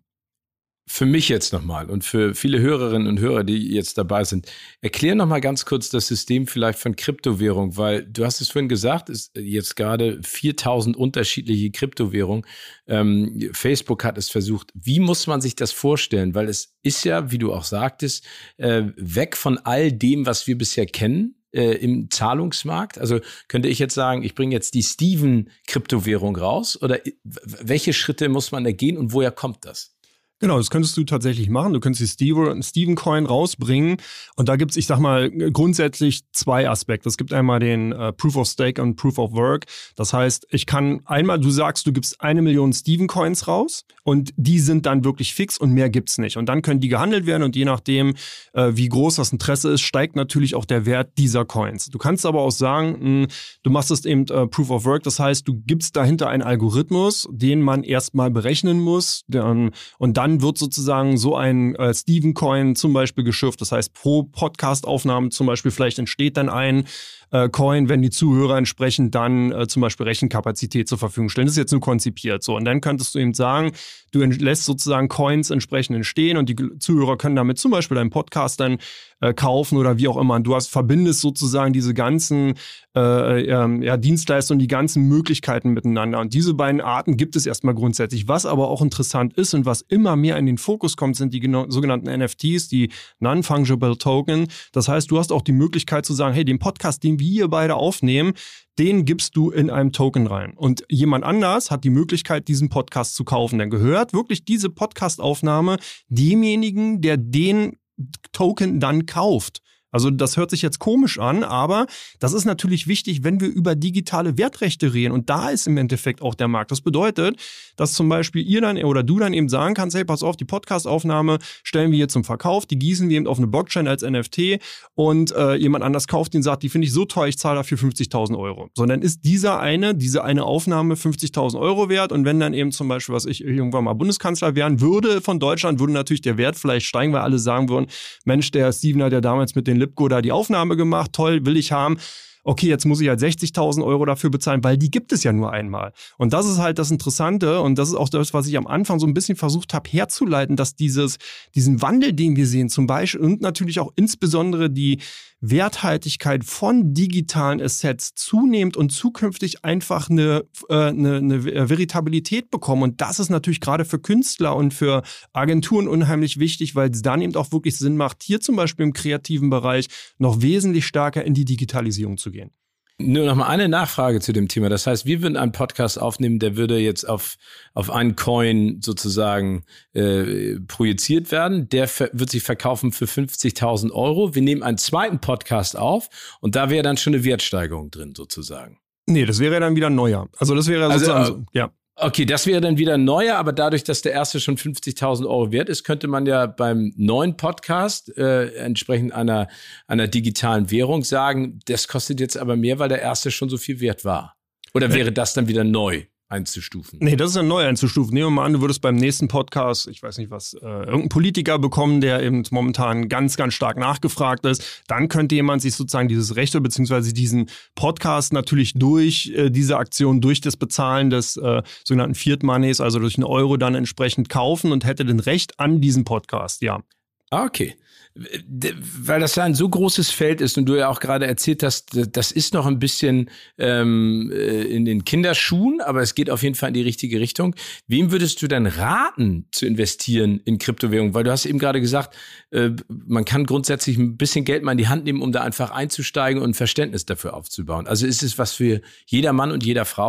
Für mich jetzt nochmal und für viele Hörerinnen und Hörer, die jetzt dabei sind, erklär nochmal ganz kurz das System vielleicht von Kryptowährung, weil du hast es vorhin gesagt, es ist jetzt gerade viertausend unterschiedliche Kryptowährungen. Ähm, Facebook hat es versucht. Wie muss man sich das vorstellen? Weil es ist ja, wie du auch sagtest, äh, weg von all dem, was wir bisher kennen äh, im Zahlungsmarkt. Also könnte ich jetzt sagen, ich bringe jetzt die Steven-Kryptowährung raus oder welche Schritte muss man da gehen und woher kommt das? Genau, das könntest du tatsächlich machen. Du könntest die Steven Coin rausbringen und da gibt es, ich sag mal, grundsätzlich zwei Aspekte. Es gibt einmal den äh, Proof of Stake und Proof of Work. Das heißt, ich kann einmal, du sagst, du gibst eine Million Steven Coins raus und die sind dann wirklich fix und mehr gibt's nicht. Und dann können die gehandelt werden und je nachdem, äh, wie groß das Interesse ist, steigt natürlich auch der Wert dieser Coins. Du kannst aber auch sagen, mh, du machst es eben äh, Proof of Work. Das heißt, du gibst dahinter einen Algorithmus, den man erstmal berechnen muss der, und dann wird sozusagen so ein äh, Steven Coin zum Beispiel geschürft. Das heißt, pro Podcast-Aufnahme zum Beispiel vielleicht entsteht dann ein äh, Coin, wenn die Zuhörer entsprechend dann äh, zum Beispiel Rechenkapazität zur Verfügung stellen. Das ist jetzt nur konzipiert. So, und dann könntest du eben sagen, du lässt sozusagen Coins entsprechend entstehen und die Zuhörer können damit zum Beispiel deinen Podcast dann äh, kaufen oder wie auch immer. Und du hast, verbindest sozusagen diese ganzen äh, äh, ja, Dienstleistungen, die ganzen Möglichkeiten miteinander. Und diese beiden Arten gibt es erstmal grundsätzlich. Was aber auch interessant ist und was immer mehr in den Fokus kommt, sind die geno- sogenannten N F Ts, die Non-Fungible Token. Das heißt, du hast auch die Möglichkeit zu sagen, hey, den Podcast, den wir hier beide aufnehmen, den gibst du in einem Token rein. Und jemand anders hat die Möglichkeit, diesen Podcast zu kaufen. Dann gehört wirklich diese Podcast-Aufnahme demjenigen, der den Token dann kauft. Also das hört sich jetzt komisch an, aber das ist natürlich wichtig, wenn wir über digitale Wertrechte reden. Und da ist im Endeffekt auch der Markt. Das bedeutet, dass zum Beispiel ihr dann oder du dann eben sagen kannst, hey, pass auf, die Podcast-Aufnahme stellen wir hier zum Verkauf, die gießen wir eben auf eine Blockchain als N F T und äh, jemand anders kauft den, sagt, die finde ich so teuer, ich zahle dafür fünfzigtausend Euro. So, dann ist dieser eine, diese eine Aufnahme fünfzigtausend Euro wert und wenn dann eben zum Beispiel, was ich irgendwann mal Bundeskanzler werden würde von Deutschland, würde natürlich der Wert vielleicht steigen, weil alle sagen würden, Mensch, der Steven hat ja damals mit den Lipko da die Aufnahme gemacht, toll, will ich haben. Okay, jetzt muss ich halt sechzigtausend Euro dafür bezahlen, weil die gibt es ja nur einmal. Und das ist halt das Interessante und das ist auch das, was ich am Anfang so ein bisschen versucht habe herzuleiten, dass dieses, diesen Wandel, den wir sehen zum Beispiel und natürlich auch insbesondere die Werthaltigkeit von digitalen Assets zunehmend und zukünftig einfach eine, äh, eine, eine Veritabilität bekommen. Und das ist natürlich gerade für Künstler und für Agenturen unheimlich wichtig, weil es dann eben auch wirklich Sinn macht, hier zum Beispiel im kreativen Bereich noch wesentlich stärker in die Digitalisierung zu gehen. Nur noch mal eine Nachfrage zu dem Thema. Das heißt, wir würden einen Podcast aufnehmen, der würde jetzt auf, auf einen Coin sozusagen äh, projiziert werden. Der ver- wird sich verkaufen für fünfzigtausend Euro. Wir nehmen einen zweiten Podcast auf und da wäre dann schon eine Wertsteigerung drin sozusagen. Nee, das wäre dann wieder neuer. Also das wäre sozusagen also, so, ja. Okay, das wäre dann wieder neuer, aber dadurch, dass der erste schon fünfzigtausend Euro wert ist, könnte man ja beim neuen Podcast äh, entsprechend einer, einer digitalen Währung sagen, das kostet jetzt aber mehr, weil der erste schon so viel wert war. Oder wäre das dann wieder neu einzustufen? Nee, das ist ja neu einzustufen. Nehmen wir mal an, du würdest beim nächsten Podcast, ich weiß nicht was, äh, irgendeinen Politiker bekommen, der eben momentan ganz, ganz stark nachgefragt ist. Dann könnte jemand sich sozusagen dieses Recht beziehungsweise diesen Podcast natürlich durch äh, diese Aktion, durch das Bezahlen des äh, sogenannten Fiat Moneys, also durch einen Euro dann entsprechend kaufen und hätte den Recht an diesen Podcast, ja. Ah, okay. Weil das ja ein so großes Feld ist und du ja auch gerade erzählt hast, das ist noch ein bisschen ähm, in den Kinderschuhen, aber es geht auf jeden Fall in die richtige Richtung. Wem würdest du denn raten, zu investieren in Kryptowährungen? Weil du hast eben gerade gesagt, äh, man kann grundsätzlich ein bisschen Geld mal in die Hand nehmen, um da einfach einzusteigen und ein Verständnis dafür aufzubauen. Also ist es was für jeder Mann und jeder Frau?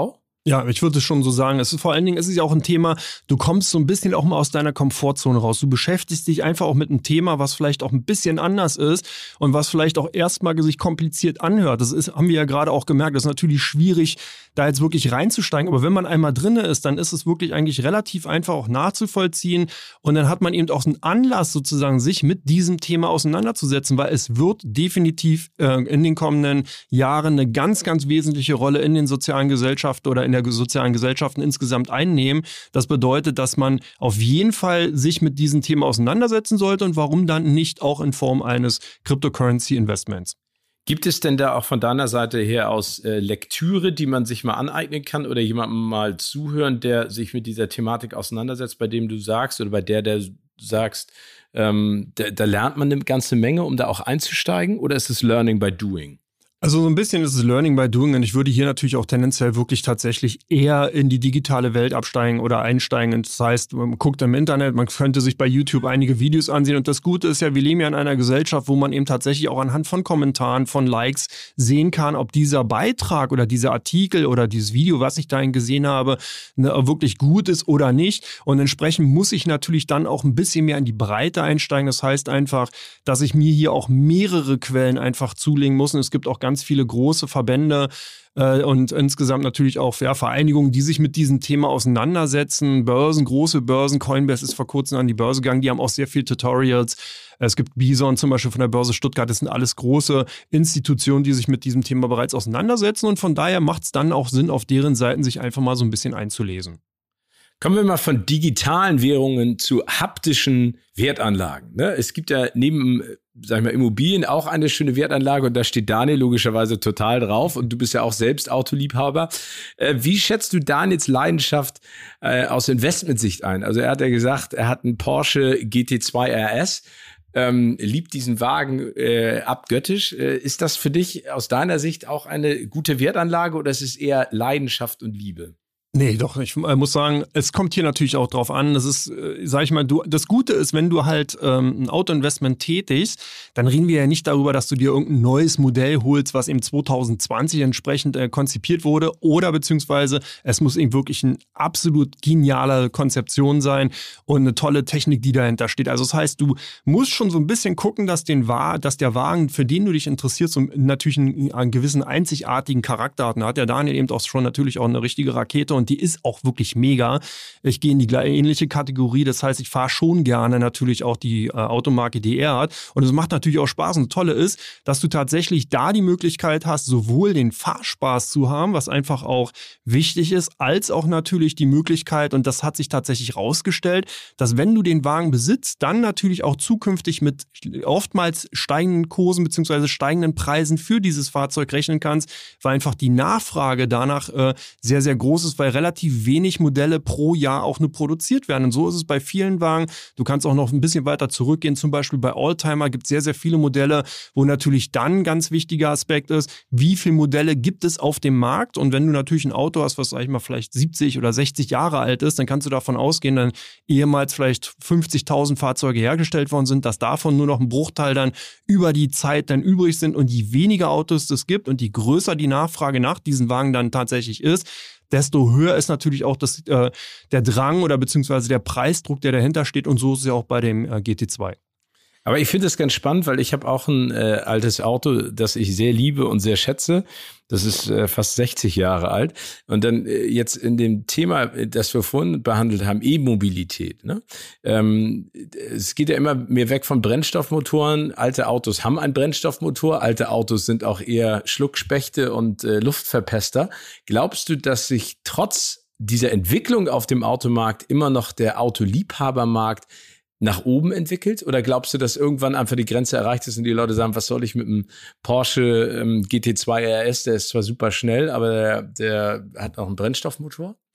Ja, ich würde schon so sagen. Es ist vor allen Dingen, es ist ja auch ein Thema, du kommst so ein bisschen auch mal aus deiner Komfortzone raus. Du beschäftigst dich einfach auch mit einem Thema, was vielleicht auch ein bisschen anders ist und was vielleicht auch erstmal sich kompliziert anhört. Das ist, haben wir ja gerade auch gemerkt, das ist natürlich schwierig, da jetzt wirklich reinzusteigen. Aber wenn man einmal drin ist, dann ist es wirklich eigentlich relativ einfach auch nachzuvollziehen. Und dann hat man eben auch einen Anlass sozusagen, sich mit diesem Thema auseinanderzusetzen, weil es wird definitiv äh, in den kommenden Jahren eine ganz, ganz wesentliche Rolle in den sozialen Gesellschaften oder in der sozialen Gesellschaften insgesamt einnehmen. Das bedeutet, dass man auf jeden Fall sich mit diesem Thema auseinandersetzen sollte und warum dann nicht auch in Form eines Cryptocurrency-Investments. Gibt es denn da auch von deiner Seite her aus äh, Lektüre, die man sich mal aneignen kann oder jemandem mal zuhören, der sich mit dieser Thematik auseinandersetzt, bei dem du sagst oder bei der, der du sagst, ähm, da, da lernt man eine ganze Menge, um da auch einzusteigen, oder ist es Learning by Doing? Also so ein bisschen ist es Learning by Doing und ich würde hier natürlich auch tendenziell wirklich tatsächlich eher in die digitale Welt absteigen oder einsteigen. Das heißt, man guckt im Internet, man könnte sich bei YouTube einige Videos ansehen und das Gute ist ja, wir leben ja in einer Gesellschaft, wo man eben tatsächlich auch anhand von Kommentaren, von Likes sehen kann, ob dieser Beitrag oder dieser Artikel oder dieses Video, was ich dahin gesehen habe, ne, wirklich gut ist oder nicht. Und entsprechend muss ich natürlich dann auch ein bisschen mehr in die Breite einsteigen. Das heißt einfach, dass ich mir hier auch mehrere Quellen einfach zulegen muss und es gibt auch ganz viele große Verbände äh, und insgesamt natürlich auch ja, Vereinigungen, die sich mit diesem Thema auseinandersetzen. Börsen, große Börsen, Coinbase ist vor kurzem an die Börse gegangen, die haben auch sehr viele Tutorials. Es gibt Bison zum Beispiel von der Börse Stuttgart, das sind alles große Institutionen, die sich mit diesem Thema bereits auseinandersetzen und von daher macht es dann auch Sinn, auf deren Seiten sich einfach mal so ein bisschen einzulesen. Kommen wir mal von digitalen Währungen zu haptischen Wertanlagen. Ne? Es gibt ja neben, sag ich mal, Immobilien auch eine schöne Wertanlage und da steht Daniel logischerweise total drauf und du bist ja auch selbst Autoliebhaber. Äh, wie schätzt du Daniels Leidenschaft äh, aus Investmentsicht ein? Also er hat ja gesagt, er hat einen Porsche G T zwei R S, ähm, liebt diesen Wagen äh, abgöttisch. Äh, ist das für dich aus deiner Sicht auch eine gute Wertanlage oder ist es eher Leidenschaft und Liebe? Nee, doch, ich äh, muss sagen, es kommt hier natürlich auch drauf an. Das ist, äh, sag ich mal, du, das Gute ist, wenn du halt ähm, ein Autoinvestment tätigst, dann reden wir ja nicht darüber, dass du dir irgendein neues Modell holst, was eben zwanzig zwanzig entsprechend äh, konzipiert wurde oder beziehungsweise es muss eben wirklich eine absolut geniale Konzeption sein und eine tolle Technik, die dahinter steht. Also das heißt, du musst schon so ein bisschen gucken, dass, den Wa- dass der Wagen, für den du dich interessierst, so natürlich einen, einen gewissen einzigartigen Charakter hat. Da hat der Daniel eben auch schon natürlich auch eine richtige Rakete und die ist auch wirklich mega. Ich gehe in die ähnliche Kategorie, das heißt, ich fahre schon gerne natürlich auch die äh, Automarke, die er hat. Und es macht natürlich auch Spaß. Und das Tolle ist, dass du tatsächlich da die Möglichkeit hast, sowohl den Fahrspaß zu haben, was einfach auch wichtig ist, als auch natürlich die Möglichkeit, und das hat sich tatsächlich rausgestellt, dass wenn du den Wagen besitzt, dann natürlich auch zukünftig mit oftmals steigenden Kursen bzw. steigenden Preisen für dieses Fahrzeug rechnen kannst, weil einfach die Nachfrage danach äh, sehr, sehr groß ist, weil relativ wenig Modelle pro Jahr auch nur produziert werden. Und so ist es bei vielen Wagen. Du kannst auch noch ein bisschen weiter zurückgehen. Zum Beispiel bei Oldtimer gibt es sehr, sehr viele Modelle, wo natürlich dann ein ganz wichtiger Aspekt ist, wie viele Modelle gibt es auf dem Markt? Und wenn du natürlich ein Auto hast, was, sag ich mal, vielleicht siebzig oder sechzig Jahre alt ist, dann kannst du davon ausgehen, dass ehemals vielleicht fünfzigtausend Fahrzeuge hergestellt worden sind, dass davon nur noch ein Bruchteil dann über die Zeit dann übrig sind. Und je weniger Autos es gibt und je größer die Nachfrage nach diesen Wagen dann tatsächlich ist, desto höher ist natürlich auch das, äh, der Drang oder beziehungsweise der Preisdruck, der dahinter steht. Und so ist es ja auch bei dem äh, G T zwei. Aber ich finde das ganz spannend, weil ich habe auch ein äh, altes Auto, das ich sehr liebe und sehr schätze. Das ist äh, fast sechzig Jahre alt. Und dann äh, jetzt in dem Thema, das wir vorhin behandelt haben, E-Mobilität. Ne? Ähm, es geht ja immer mehr weg von Brennstoffmotoren. Alte Autos haben einen Brennstoffmotor. Alte Autos sind auch eher Schluckspechte und äh, Luftverpester. Glaubst du, dass sich trotz dieser Entwicklung auf dem Automarkt immer noch der Autoliebhabermarkt nach oben entwickelt? Oder glaubst du, dass irgendwann einfach die Grenze erreicht ist und die Leute sagen, was soll ich mit einem Porsche ähm, G T zwei R S, der ist zwar super schnell, aber der, der hat auch einen Brennstoffmotor?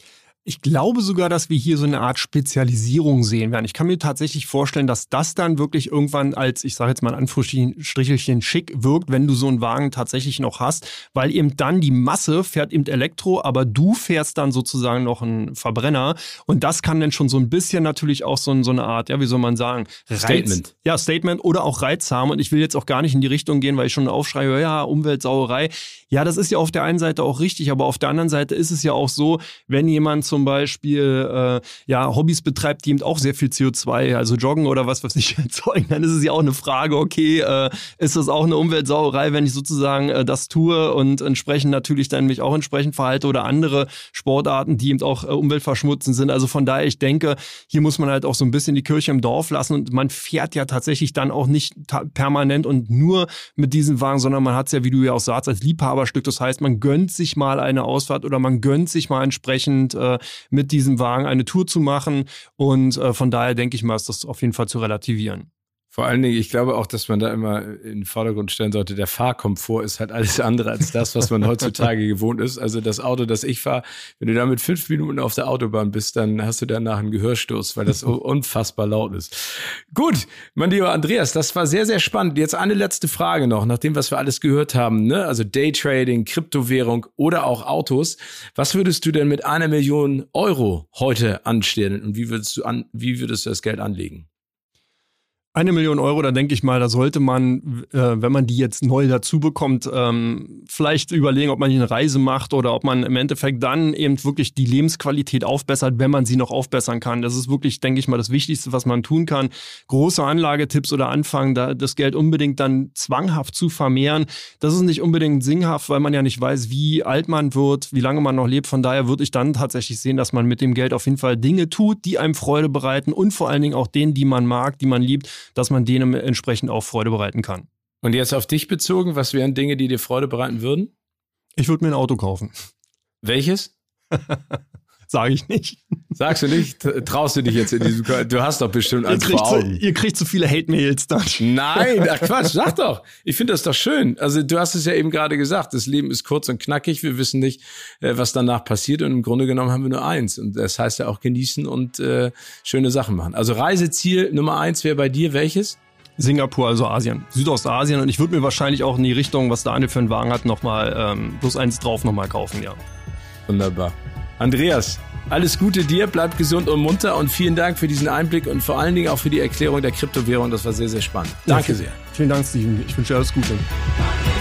Ich glaube sogar, dass wir hier so eine Art Spezialisierung sehen werden. Ich kann mir tatsächlich vorstellen, dass das dann wirklich irgendwann als, ich sage jetzt mal in Anführungsstrichelchen, schick wirkt, wenn du so einen Wagen tatsächlich noch hast, weil eben dann die Masse fährt eben Elektro, aber du fährst dann sozusagen noch einen Verbrenner und das kann dann schon so ein bisschen natürlich auch so, so eine Art, ja, wie soll man sagen, Reiz, Statement. Ja, Statement oder auch Reiz haben und ich will jetzt auch gar nicht in die Richtung gehen, weil ich schon aufschreie, ja, Umweltsauerei. Ja, das ist ja auf der einen Seite auch richtig, aber auf der anderen Seite ist es ja auch so, wenn jemand zum Beispiel äh, ja, Hobbys betreibt, die eben auch sehr viel C O zwei, also Joggen oder was weiß ich, erzeugen, dann ist es ja auch eine Frage, okay, äh, ist das auch eine Umweltsauerei, wenn ich sozusagen äh, das tue und entsprechend natürlich dann mich auch entsprechend verhalte oder andere Sportarten, die eben auch äh, umweltverschmutzend sind. Also von daher, ich denke, hier muss man halt auch so ein bisschen die Kirche im Dorf lassen und man fährt ja tatsächlich dann auch nicht ta- permanent und nur mit diesem Wagen, sondern man hat es ja, wie du ja auch sagst, als Liebhaberstück. Das heißt, man gönnt sich mal eine Ausfahrt oder man gönnt sich mal entsprechend äh, mit diesem Wagen eine Tour zu machen und äh, von daher denke ich mal, ist das auf jeden Fall zu relativieren. Vor allen Dingen, ich glaube auch, dass man da immer in den Vordergrund stellen sollte, der Fahrkomfort ist halt alles andere als das, was man heutzutage gewohnt ist. Also das Auto, das ich fahre, wenn du da mit fünf Minuten auf der Autobahn bist, dann hast du danach einen Gehörstoß, weil das unfassbar laut ist. Gut, mein lieber Andreas, das war sehr, sehr spannend. Jetzt eine letzte Frage noch, nach dem, was wir alles gehört haben, ne? Also Daytrading, Kryptowährung oder auch Autos. Was würdest du denn mit einer Million Euro heute anstellen und wie würdest du an, wie würdest du das Geld anlegen? Eine Million Euro, da denke ich mal, da sollte man, äh, wenn man die jetzt neu dazu bekommt, ähm, vielleicht überlegen, ob man hier eine Reise macht oder ob man im Endeffekt dann eben wirklich die Lebensqualität aufbessert, wenn man sie noch aufbessern kann. Das ist wirklich, denke ich mal, das Wichtigste, was man tun kann. Große Anlagetipps oder anfangen, da das Geld unbedingt dann zwanghaft zu vermehren. Das ist nicht unbedingt singhaft, weil man ja nicht weiß, wie alt man wird, wie lange man noch lebt. Von daher würde ich dann tatsächlich sehen, dass man mit dem Geld auf jeden Fall Dinge tut, die einem Freude bereiten und vor allen Dingen auch denen, die man mag, die man liebt, dass man denen entsprechend auch Freude bereiten kann. Und jetzt auf dich bezogen, was wären Dinge, die dir Freude bereiten würden? Ich würde mir ein Auto kaufen. Welches? Sage ich nicht. Sagst du nicht? Traust du dich jetzt in diesem... Du hast doch bestimmt eins vor Augen. Zu, ihr kriegt zu viele Hate-Mails dann. Nein, ach Quatsch, sag doch. Ich finde das doch schön. Also du hast es ja eben gerade gesagt, das Leben ist kurz und knackig. Wir wissen nicht, was danach passiert und im Grunde genommen haben wir nur eins. Und das heißt ja auch genießen und äh, schöne Sachen machen. Also Reiseziel Nummer eins wäre bei dir welches? Singapur, also Asien, Südostasien. Und ich würde mir wahrscheinlich auch in die Richtung, was Daniel für einen Wagen hat, nochmal ähm, plus eins drauf nochmal kaufen, ja. Wunderbar. Andreas, alles Gute dir, bleib gesund und munter und vielen Dank für diesen Einblick und vor allen Dingen auch für die Erklärung der Kryptowährung. Das war sehr, sehr spannend. Danke ja, sehr. Vielen Dank, Steven. Ich wünsche dir alles Gute.